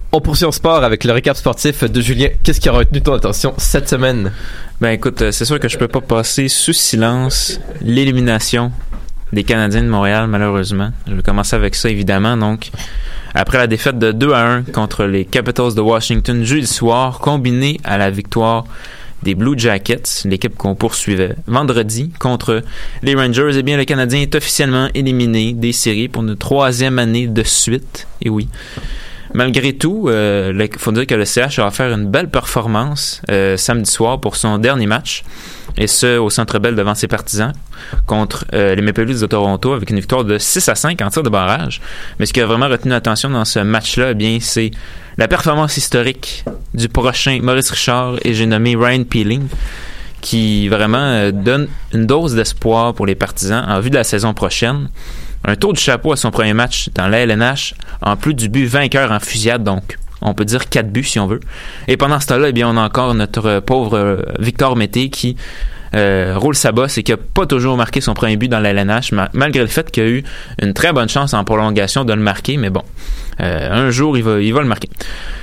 On poursuit en sport avec le récap sportif de Julien. Qu'est-ce qui a retenu ton attention cette semaine? Ben écoute, c'est sûr que je peux pas passer sous silence l'élimination des Canadiens de Montréal, malheureusement. Je vais commencer avec ça, évidemment. Donc, après la défaite de 2-1 contre les Capitals de Washington jeudi soir, combinée à la victoire des Blue Jackets, l'équipe qu'on poursuivait vendredi contre les Rangers, eh bien, le Canadien est officiellement éliminé des séries pour une 3e année de suite. Et oui. Malgré tout, il faut dire que le CH a offert une belle performance samedi soir pour son dernier match, et ce, au Centre Bell devant ses partisans, contre les Maple Leafs de Toronto, avec une victoire de 6-5 en tir de barrage. Mais ce qui a vraiment retenu l'attention dans ce match-là, eh bien, c'est la performance historique du prochain Maurice Richard, et j'ai nommé Ryan Peeling, qui vraiment donne une dose d'espoir pour les partisans en vue de la saison prochaine. Un tour du chapeau à son premier match dans la LNH, en plus du but vainqueur en fusillade, donc on peut dire 4 buts si on veut. Et pendant ce temps-là, eh bien, on a encore notre pauvre Victor Mété qui roule sa bosse et qui n'a pas toujours marqué son premier but dans la LNH, malgré le fait qu'il a eu une très bonne chance en prolongation de le marquer, mais bon, un jour il va le marquer.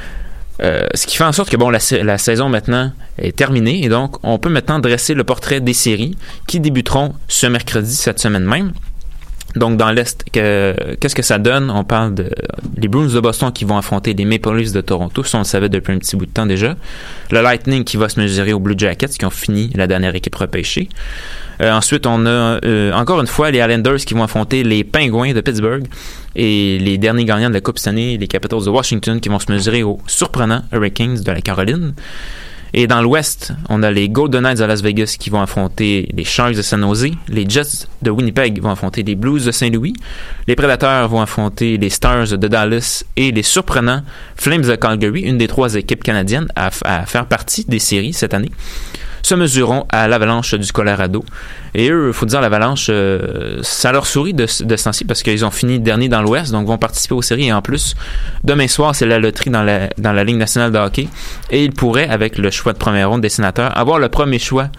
Ce qui fait en sorte que bon, la saison maintenant est terminée, et donc on peut maintenant dresser le portrait des séries qui débuteront ce mercredi, cette semaine même. Donc, dans l'Est, qu'est-ce que ça donne? On parle les Bruins de Boston qui vont affronter les Maple Leafs de Toronto. Ça, on le savait depuis un petit bout de temps déjà. Le Lightning qui va se mesurer aux Blue Jackets qui ont fini la dernière équipe repêchée. Ensuite, on a encore une fois les Islanders qui vont affronter les Penguins de Pittsburgh. Et les derniers gagnants de la Coupe cette année, les Capitals de Washington qui vont se mesurer aux surprenants Hurricanes de la Caroline. Et dans l'Ouest, on a les Golden Knights de Las Vegas qui vont affronter les Sharks de San Jose. Les Jets de Winnipeg vont affronter les Blues de Saint-Louis. Les Predators vont affronter les Stars de Dallas et les surprenants Flames de Calgary, une des 3 équipes canadiennes à faire partie des séries cette année, se mesureront à l'Avalanche du Colorado. Et eux, il faut dire, l'Avalanche, ça leur sourit de ce temps-ci parce qu'ils ont fini dernier dans l'Ouest, donc vont participer aux séries. Et en plus, demain soir, c'est la loterie dans la Ligue nationale de hockey. Et ils pourraient, avec le choix de première ronde des sénateurs, avoir le premier choix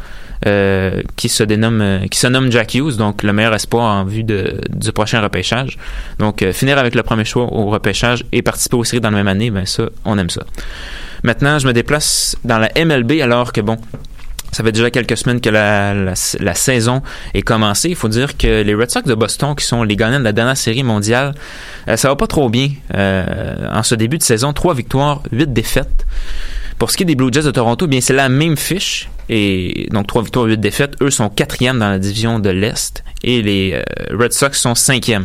qui se nomme Jack Hughes, donc le meilleur espoir en vue du prochain repêchage. Donc, finir avec le premier choix au repêchage et participer aux séries dans la même année, ben ça, on aime ça. Maintenant, je me déplace dans la MLB alors que, bon, ça fait déjà quelques semaines que la saison est commencée. Il faut dire que les Red Sox de Boston, qui sont les gagnants de la dernière série mondiale, ça va pas trop bien en ce début de saison. 3 victoires, 8 défaites. Pour ce qui est des Blue Jays de Toronto, bien c'est la même fiche. Et donc 3 victoires, 8 défaites. Eux sont 4e dans la division de l'Est. Et les Red Sox sont 5e.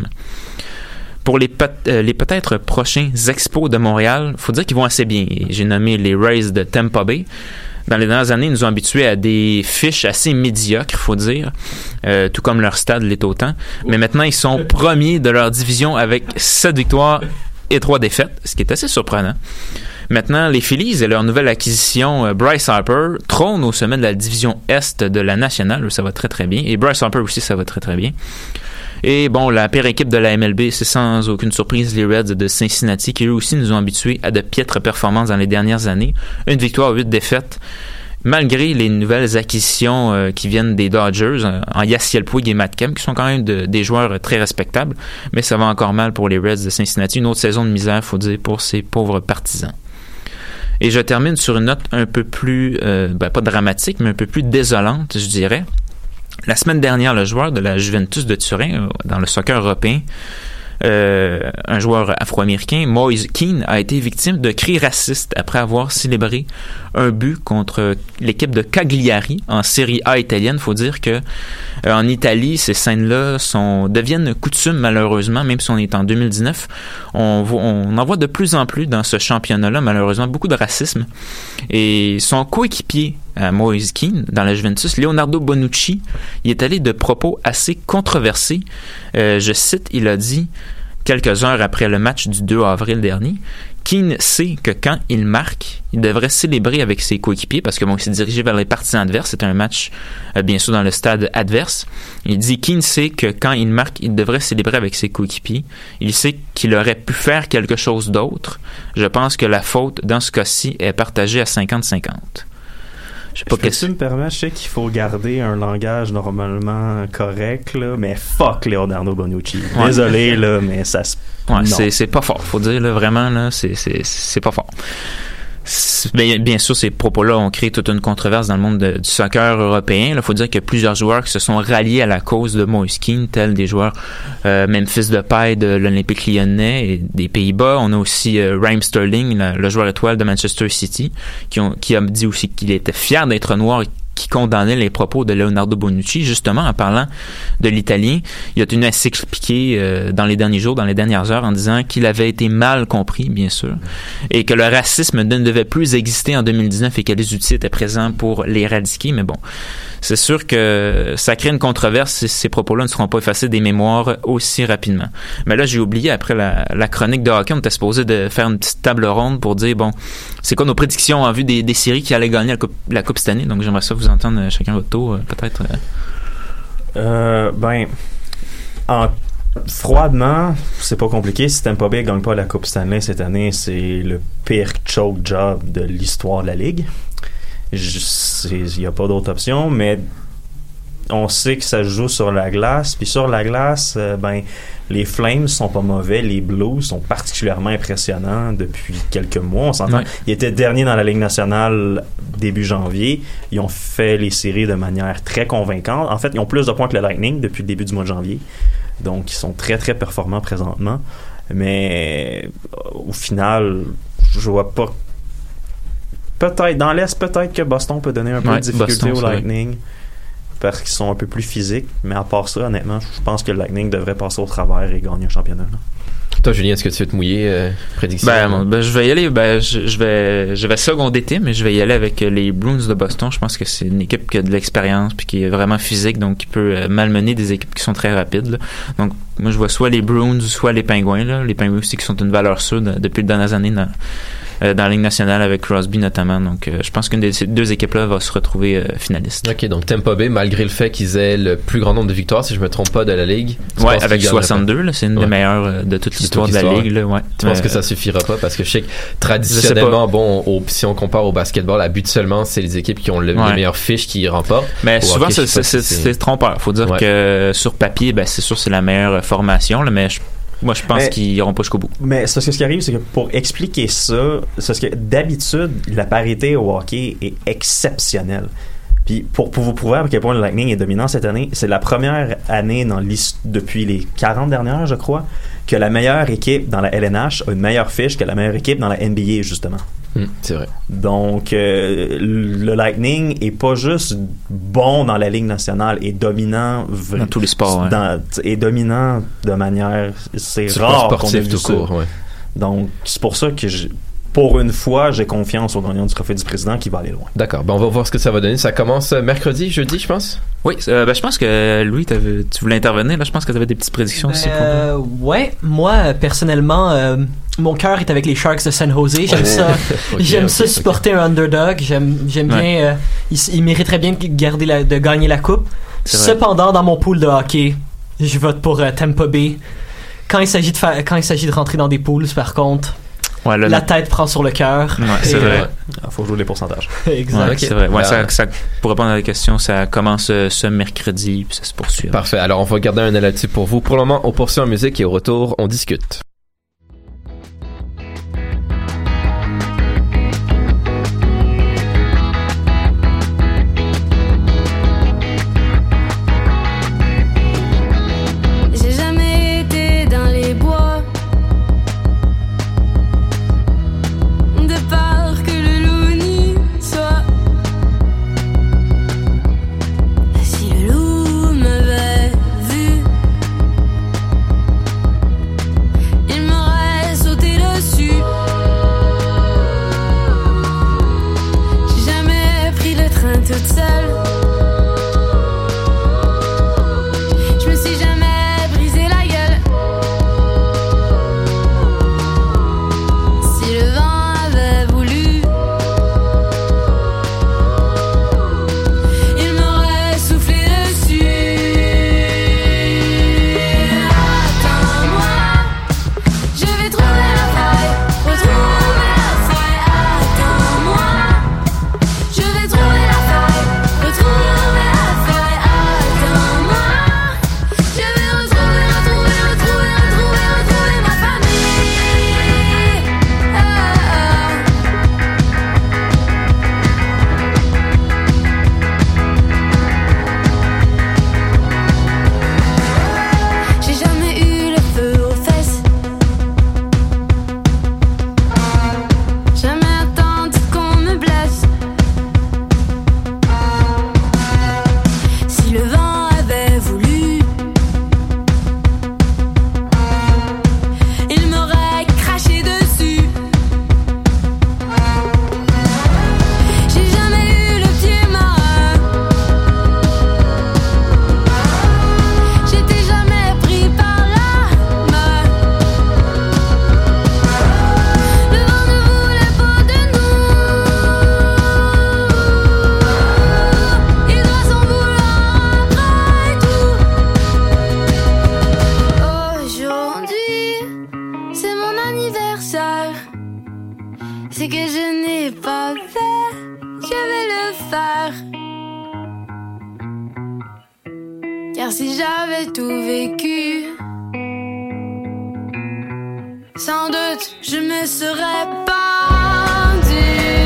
Pour les peut-être prochains Expos de Montréal, il faut dire qu'ils vont assez bien. J'ai nommé les Rays de Tampa Bay. Dans les dernières années, ils nous ont habitués à des fiches assez médiocres, il faut dire, tout comme leur stade l'est autant. Mais maintenant, ils sont premiers de leur division avec 7 victoires et 3 défaites, ce qui est assez surprenant. Maintenant, les Phillies et leur nouvelle acquisition, Bryce Harper, trônent au sommet de la division Est de la Nationale, où ça va très très bien. Et Bryce Harper aussi, ça va très très bien. Et bon, la pire équipe de la MLB, c'est sans aucune surprise les Reds de Cincinnati, qui eux aussi nous ont habitués à de piètres performances dans les dernières années. 1 victoire, 8 défaites. Malgré les nouvelles acquisitions qui viennent des Dodgers, en Yasiel Puig et Matt Kemp, qui sont quand même des joueurs très respectables, mais ça va encore mal pour les Reds de Cincinnati. Une autre saison de misère, faut dire, pour ces pauvres partisans. Et je termine sur une note un peu plus, pas dramatique, mais un peu plus désolante, je dirais. La semaine dernière, le joueur de la Juventus de Turin, dans le soccer européen, un joueur afro-américain, Moise Keane, a été victime de cris racistes après avoir célébré un but contre l'équipe de Cagliari en Série A italienne. Il faut dire que en Italie, ces scènes-là deviennent coutumes malheureusement, même si on est en 2019. On en voit de plus en plus dans ce championnat-là, malheureusement, beaucoup de racisme. Et son coéquipier à Moise Keane, dans la Juventus, Leonardo Bonucci, il est allé de propos assez controversés. Je cite, il a dit, quelques heures après le match du 2 avril dernier, Keane sait que quand il marque, il devrait célébrer avec ses coéquipiers parce que bon, il s'est dirigé vers les partisans adverses. C'est un match, bien sûr, dans le stade adverse. Il dit Keane sait que quand il marque, il devrait célébrer avec ses coéquipiers. Il sait qu'il aurait pu faire quelque chose d'autre. Je pense que la faute, dans ce cas-ci, est partagée à 50-50. Je sais pas qu'est-ce que tu me permets, je sais qu'il faut garder un langage normalement correct, là, mais fuck Leonardo Bonucci. Désolé, là, mais ça se... Ouais, c'est pas fort, faut dire, là, vraiment, là, c'est pas fort. Bien sûr, ces propos-là ont créé toute une controverse dans le monde du soccer européen. Il faut dire qu'il y a plusieurs joueurs qui se sont ralliés à la cause de Moise Kean, tels des joueurs Memphis Depay de l'Olympique Lyonnais et des Pays-Bas. On a aussi Raheem Sterling, le joueur étoile de Manchester City, qui a dit aussi qu'il était fier d'être noir et qui condamnait les propos de Leonardo Bonucci, justement en parlant de l'Italien. Il a tenu à s'expliquer dans les derniers jours, dans les dernières heures, en disant qu'il avait été mal compris, bien sûr, et que le racisme ne devait plus exister en 2019 et que les outils étaient présents pour l'éradiquer. Mais bon, c'est sûr que ça crée une controverse. Ces propos-là ne seront pas effacés des mémoires aussi rapidement. Mais là, j'ai oublié, après la chronique de hockey, on était supposé de faire une petite table ronde pour dire, bon, c'est quoi nos prédictions en vue des séries qui allaient gagner la coupe cette année. Donc, j'aimerais ça vous entendre chacun votre tour, peut-être. Froidement, c'est pas compliqué. Si Tampa Bay gagne pas la Coupe Stanley cette année, c'est le pire choke job de l'histoire de la Ligue. Il n'y a pas d'autre option, mais on sait que ça se joue sur la glace. Puis sur la glace, les Flames sont pas mauvais. Les Blues sont particulièrement impressionnants depuis quelques mois. On s'entend. Ouais. Ils étaient derniers dans la Ligue nationale début janvier. Ils ont fait les séries de manière très convaincante. En fait, ils ont plus de points que le Lightning depuis le début du mois de janvier. Donc, ils sont très, très performants présentement. Mais au final, je vois pas... Peut-être, dans l'Est, peut-être que Boston peut donner un peu de difficulté au Lightning. Parce qu'ils sont un peu plus physiques. Mais à part ça, honnêtement, je pense que le Lightning devrait passer au travers et gagner un championnat. Là. Toi, Julien, est-ce que tu veux te mouiller? Prédiction? Je vais y aller. Je vais seconder Tim, mais je vais y aller avec les Bruins de Boston. Je pense que c'est une équipe qui a de l'expérience puis qui est vraiment physique, donc qui peut malmener des équipes qui sont très rapides. Là. Donc, moi, je vois soit les Bruins, soit les Pingouins. Là. Les Pingouins aussi qui sont une valeur sûre depuis les dernières années dans la Ligue nationale avec Crosby notamment. Donc, je pense qu'une de ces deux équipes-là va se retrouver finaliste. OK, donc Tampa Bay, malgré le fait qu'ils aient le plus grand nombre de victoires, si je me trompe pas, de la Ligue. Ouais, avec 62, là, c'est une des meilleures de toute l'histoire de la Ligue. Là, ouais. Tu penses que ça suffira pas? Parce que je sais que traditionnellement, si on compare au basketball, à but seulement, c'est les équipes qui ont les meilleures fiches qui remportent. Mais souvent, c'est trompeur. Faut dire que sur papier, c'est sûr c'est la meilleure formation, là, mais moi, je pense qu'ils n'iront pas jusqu'au bout. Mais c'est parce que ce qui arrive, c'est que pour expliquer ça, c'est parce que d'habitude, la parité au hockey est exceptionnelle. Puis pour vous prouver à quel point le Lightning est dominant cette année, c'est la première année depuis les 40 dernières, je crois, que la meilleure équipe dans la LNH a une meilleure fiche que la meilleure équipe dans la NBA, justement. C'est vrai. Donc, le Lightning est pas juste bon dans la Ligue nationale, est dominant dans tous les sports. Est dominant de manière... C'est rare qu'on ait vu ça. Donc, c'est pour ça que pour une fois, j'ai confiance au gagnant du Trophée du Président qui va aller loin. D'accord. On va voir ce que ça va donner. Ça commence jeudi, je pense? Oui. Je pense que, Louis, tu voulais intervenir. Là, je pense que tu avais des petites prédictions aussi. Ouais. Moi, personnellement, mon cœur est avec les Sharks de San Jose. J'aime ça. J'aime ça supporter un underdog. J'aime bien... il mériterait bien de gagner la coupe. Cependant, dans mon pool de hockey, je vote pour Tampa Bay. Quand il s'agit de rentrer dans des pools, par contre... Ouais, la tête prend sur le cœur. Ouais, c'est vrai. Il faut jouer les pourcentages. Exact. Ouais, c'est vrai. Ouais, ça, pour répondre à la question, ça commence ce mercredi puis ça se poursuit. Parfait. Alors, on va garder un œil là-dessus pour vous. Pour le moment, on poursuit en musique et au retour, on discute. aujourd'hui, c'est mon anniversaire. C'est que je n'ai pas fait, je vais le faire. Car si j'avais tout vécu, sans doute je me serais pendue.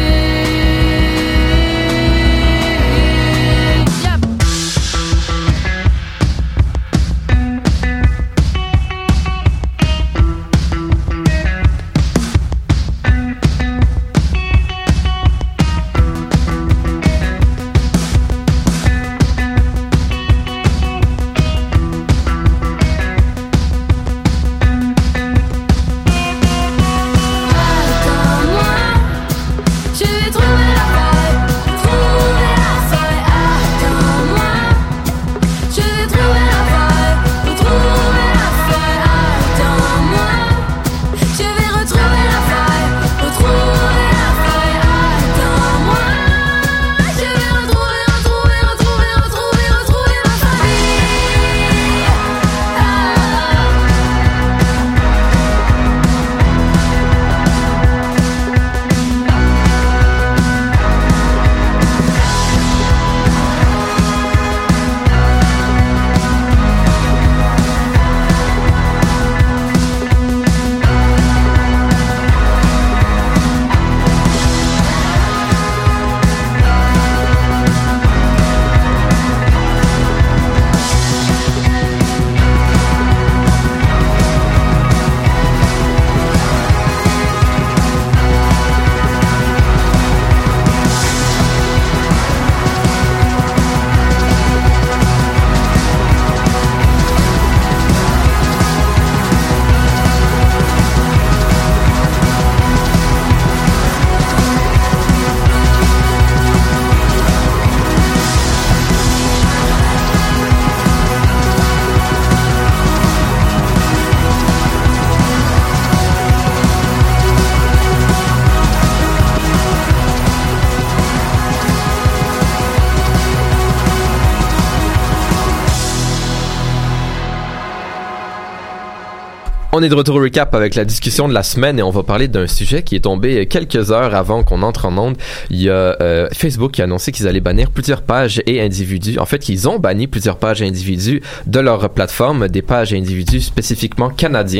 On est de retour au recap avec la discussion de la semaine et on va parler d'un sujet qui est tombé quelques heures avant qu'on entre en onde. Il y a Facebook qui a annoncé qu'ils allaient bannir plusieurs pages et individus. En fait, ils ont banni plusieurs pages et individus de leur plateforme, des pages et individus spécifiquement canadiens.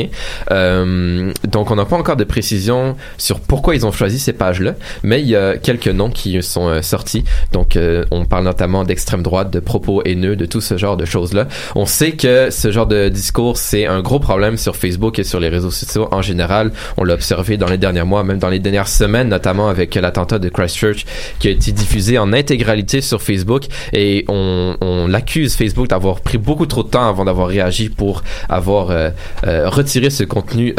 Donc, on n'a pas encore de précision sur pourquoi ils ont choisi ces pages-là, mais il y a quelques noms qui sont sortis. Donc, on parle notamment d'extrême droite, de propos haineux, de tout ce genre de choses-là. On sait que ce genre de discours, c'est un gros problème sur Facebook et sur les réseaux sociaux en général. On l'a observé dans les derniers mois, même dans les dernières semaines, notamment avec l'attentat de Christchurch qui a été diffusé en intégralité sur Facebook, et on l'accuse Facebook d'avoir pris beaucoup trop de temps avant d'avoir réagi pour avoir retiré ce contenu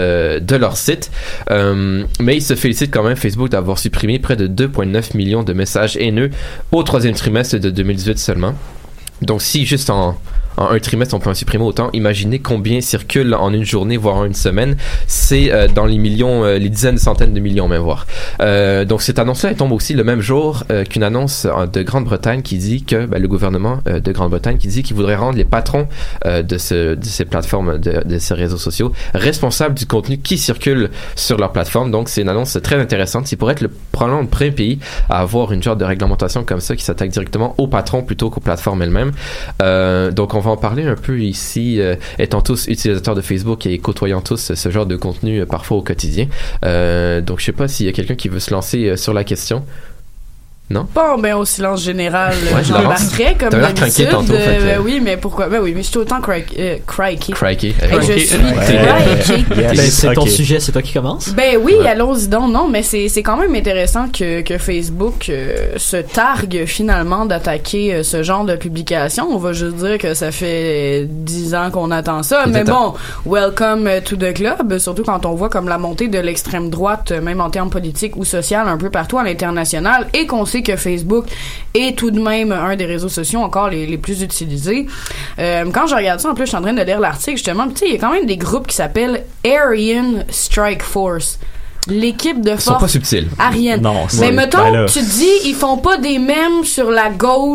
de leur site. Mais ils se félicitent quand même, Facebook, d'avoir supprimé près de 2,9 millions de messages haineux au troisième trimestre de 2018 seulement. Donc si juste en un trimestre on peut en supprimer autant, imaginez combien circule en une journée, voire en une semaine. C'est dans les millions, les dizaines, centaines de millions même, voire. Donc cette annonce-là, elle tombe aussi le même jour qu'une annonce de Grande-Bretagne qui dit que le gouvernement de Grande-Bretagne qui dit qu'il voudrait rendre les patrons de ces plateformes, de ces réseaux sociaux, responsables du contenu qui circule sur leur plateforme. Donc c'est une annonce très intéressante. C'est pour être probablement le premier pays à avoir une genre de réglementation comme ça qui s'attaque directement aux patrons plutôt qu'aux plateformes elles-mêmes. Donc on va en parler un peu ici, étant tous utilisateurs de Facebook et côtoyant tous ce genre de contenu parfois au quotidien. Donc je sais pas s'il y a quelqu'un qui veut se lancer sur la question. Non? Bon, ben au silence général, j'embarquerais comme d'habitude. Oui, mais pourquoi? Ben oui, mais je suis autant crikey. Crikey. Je suis crikey. C'est ton sujet, c'est toi qui commence? Ben oui, allons-y donc. Non, mais c'est quand même intéressant que Facebook se targue finalement d'attaquer ce genre de publication. On va juste dire que ça fait 10 ans qu'on attend ça. Mais bon, welcome to the club, surtout quand on voit comme la montée de l'extrême droite, même en termes politiques ou social, un peu partout à l'international, et qu'on sait que Facebook est tout de même un des réseaux sociaux encore les plus utilisés. Quand je regarde ça, en plus, je suis en train de lire l'article, justement, tu sais, il y a quand même des groupes qui s'appellent Aryan Strike Force. L'équipe de force. Ils sont pas subtils. Arienne. Non, mais mettons, tu te dis, ils font pas des mèmes sur la gauche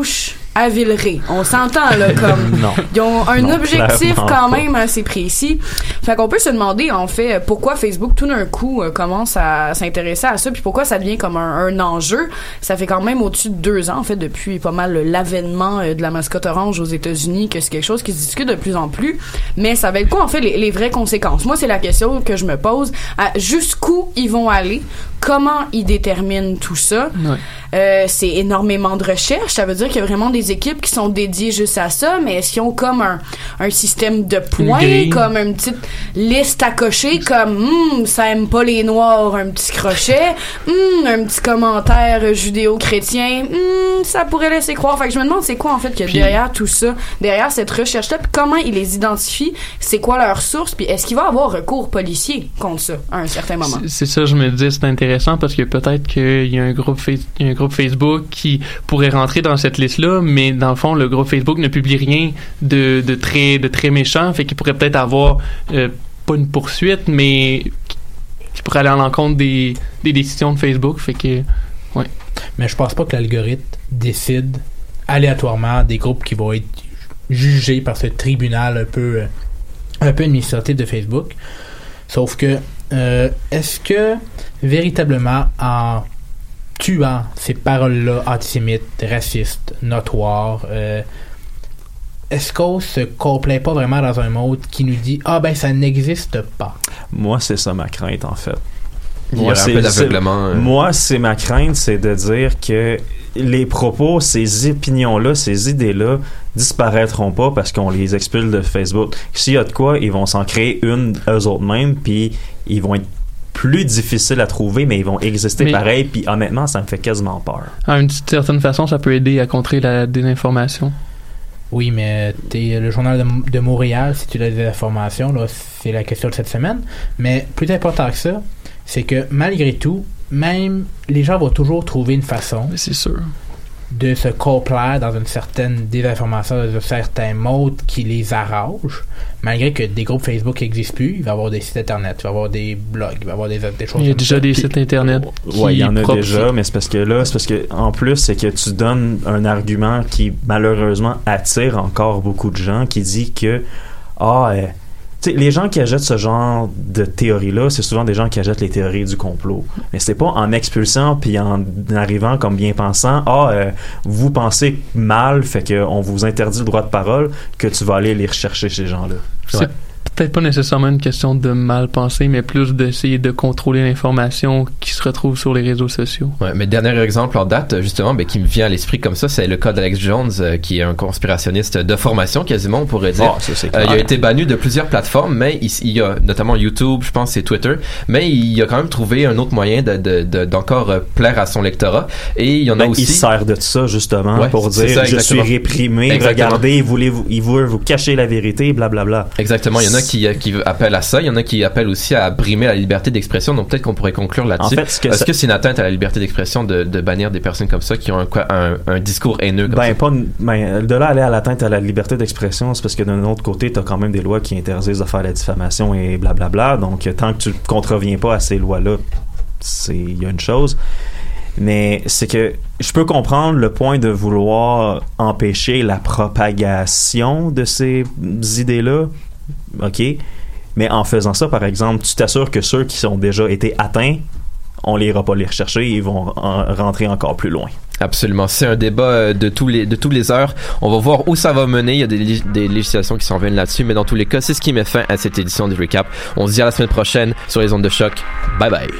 à Villeray. On s'entend, là, comme... Non. Ils ont un Non, objectif clairement quand pas. même assez précis. Fait qu'on peut se demander, en fait, pourquoi Facebook, tout d'un coup, commence à s'intéresser à ça, puis pourquoi ça devient comme un enjeu. Ça fait quand même au-dessus de 2 ans, en fait, depuis pas mal l'avènement de la mascotte orange aux États-Unis, que c'est quelque chose qui se discute de plus en plus. Mais ça va être quoi, en fait, les vraies conséquences? Moi, c'est la question que je me pose. Jusqu'où ils vont aller? Comment ils déterminent tout ça? Ouais. C'est énormément de recherche. Ça veut dire qu'il y a vraiment des équipes qui sont dédiées juste à ça, mais est-ce qu'ils ont comme un système de points, grille. comme une petite liste à cocher, comme ça aime pas les noirs, un petit crochet, un petit commentaire judéo-chrétien, ça pourrait laisser croire. Fait que je me demande c'est quoi en fait qu'il y a derrière tout ça, derrière cette recherche-là, puis comment ils les identifient, c'est quoi leur source, puis est-ce qu'il va y avoir recours policier contre ça à un certain moment? C'est ça, je me dis, c'est intéressant parce que peut-être qu'il y a un groupe Facebook qui pourrait rentrer dans cette liste-là, mais dans le fond, le groupe Facebook ne publie rien de très méchant, fait qu'il pourrait peut-être avoir pas une poursuite, mais qui pourrait aller à l'encontre des décisions de Facebook, fait que ouais. Mais je pense pas que l'algorithme décide aléatoirement des groupes qui vont être jugés par ce tribunal un peu administratif de Facebook. Sauf que est-ce que véritablement en tuant ces paroles-là antisémites, racistes, notoires, est-ce qu'on se complaît pas vraiment dans un mode qui nous dit ça n'existe pas? Moi, c'est ça ma crainte, en fait. Il y a un peu d'aveuglement. Moi, c'est ma crainte, c'est de dire que les propos, ces opinions-là, ces idées-là disparaîtront pas parce qu'on les expulse de Facebook. S'il y a de quoi, ils vont s'en créer une eux autres mêmes, puis ils vont être plus difficiles à trouver, mais ils vont exister pareil, puis honnêtement, ça me fait quasiment peur. À une certaine façon, ça peut aider à contrer la désinformation. Oui, mais le journal de Montréal, si tu as des informations, là, c'est la question de cette semaine. Mais plus important que ça, c'est que malgré tout, même les gens vont toujours trouver une façon c'est sûr. de se complaire dans une certaine désinformation, dans un certain mode qui les arrange. Malgré que des groupes Facebook n'existent plus, il va y avoir des sites internet, il va y avoir des blogs, il va y avoir des choses. Il y a déjà des sites internet. Oui, il y en a déjà, mais c'est parce que en plus, c'est que tu donnes un argument qui malheureusement attire encore beaucoup de gens, qui dit que tu sais, les gens qui achètent ce genre de théorie-là, c'est souvent des gens qui achètent les théories du complot. Mais c'est pas en expulsant puis en arrivant comme bien pensant, vous pensez mal, fait qu'on vous interdit le droit de parole, que tu vas aller les rechercher, ces gens-là. C'est peut-être pas nécessairement une question de mal penser, mais plus d'essayer de contrôler l'information qui se retrouve sur les réseaux sociaux. Ouais, mais dernier exemple en date, justement, qui me vient à l'esprit comme ça, c'est le cas d'Alex Jones, qui est un conspirationniste de formation, quasiment, on pourrait dire. Il a été banni de plusieurs plateformes, mais il y a notamment YouTube, je pense, c'est Twitter, mais il a quand même trouvé un autre moyen d'encore plaire à son lectorat. Et il y en a aussi... Il sert de ça, justement, pour dire ça, je suis réprimé, regardez, il veut vous cacher la vérité, blablabla. Exactement, il y en a qui appellent à ça, il y en a qui appellent aussi à brimer la liberté d'expression, donc peut-être qu'on pourrait conclure là-dessus. En fait, est-ce que c'est une atteinte à la liberté d'expression de bannir des personnes comme ça qui ont un discours haineux comme ça? De là aller à l'atteinte à la liberté d'expression, c'est parce que d'un autre côté, t'as quand même des lois qui interdisent de faire la diffamation et blablabla, donc tant que tu contreviens pas à ces lois-là, il y a une chose. Mais c'est que je peux comprendre le point de vouloir empêcher la propagation de ces idées-là, OK? Mais en faisant ça, par exemple, tu t'assures que ceux qui ont déjà été atteints, on n'ira pas les rechercher, ils vont rentrer encore plus loin. Absolument. C'est un débat de tous les heures. On va voir où ça va mener. Il y a des législations qui s'en viennent là-dessus, mais dans tous les cas, c'est ce qui met fin à cette édition du Recap. On se dit à la semaine prochaine sur les ondes de choc. Bye bye.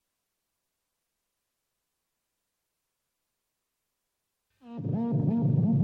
Mm-hmm.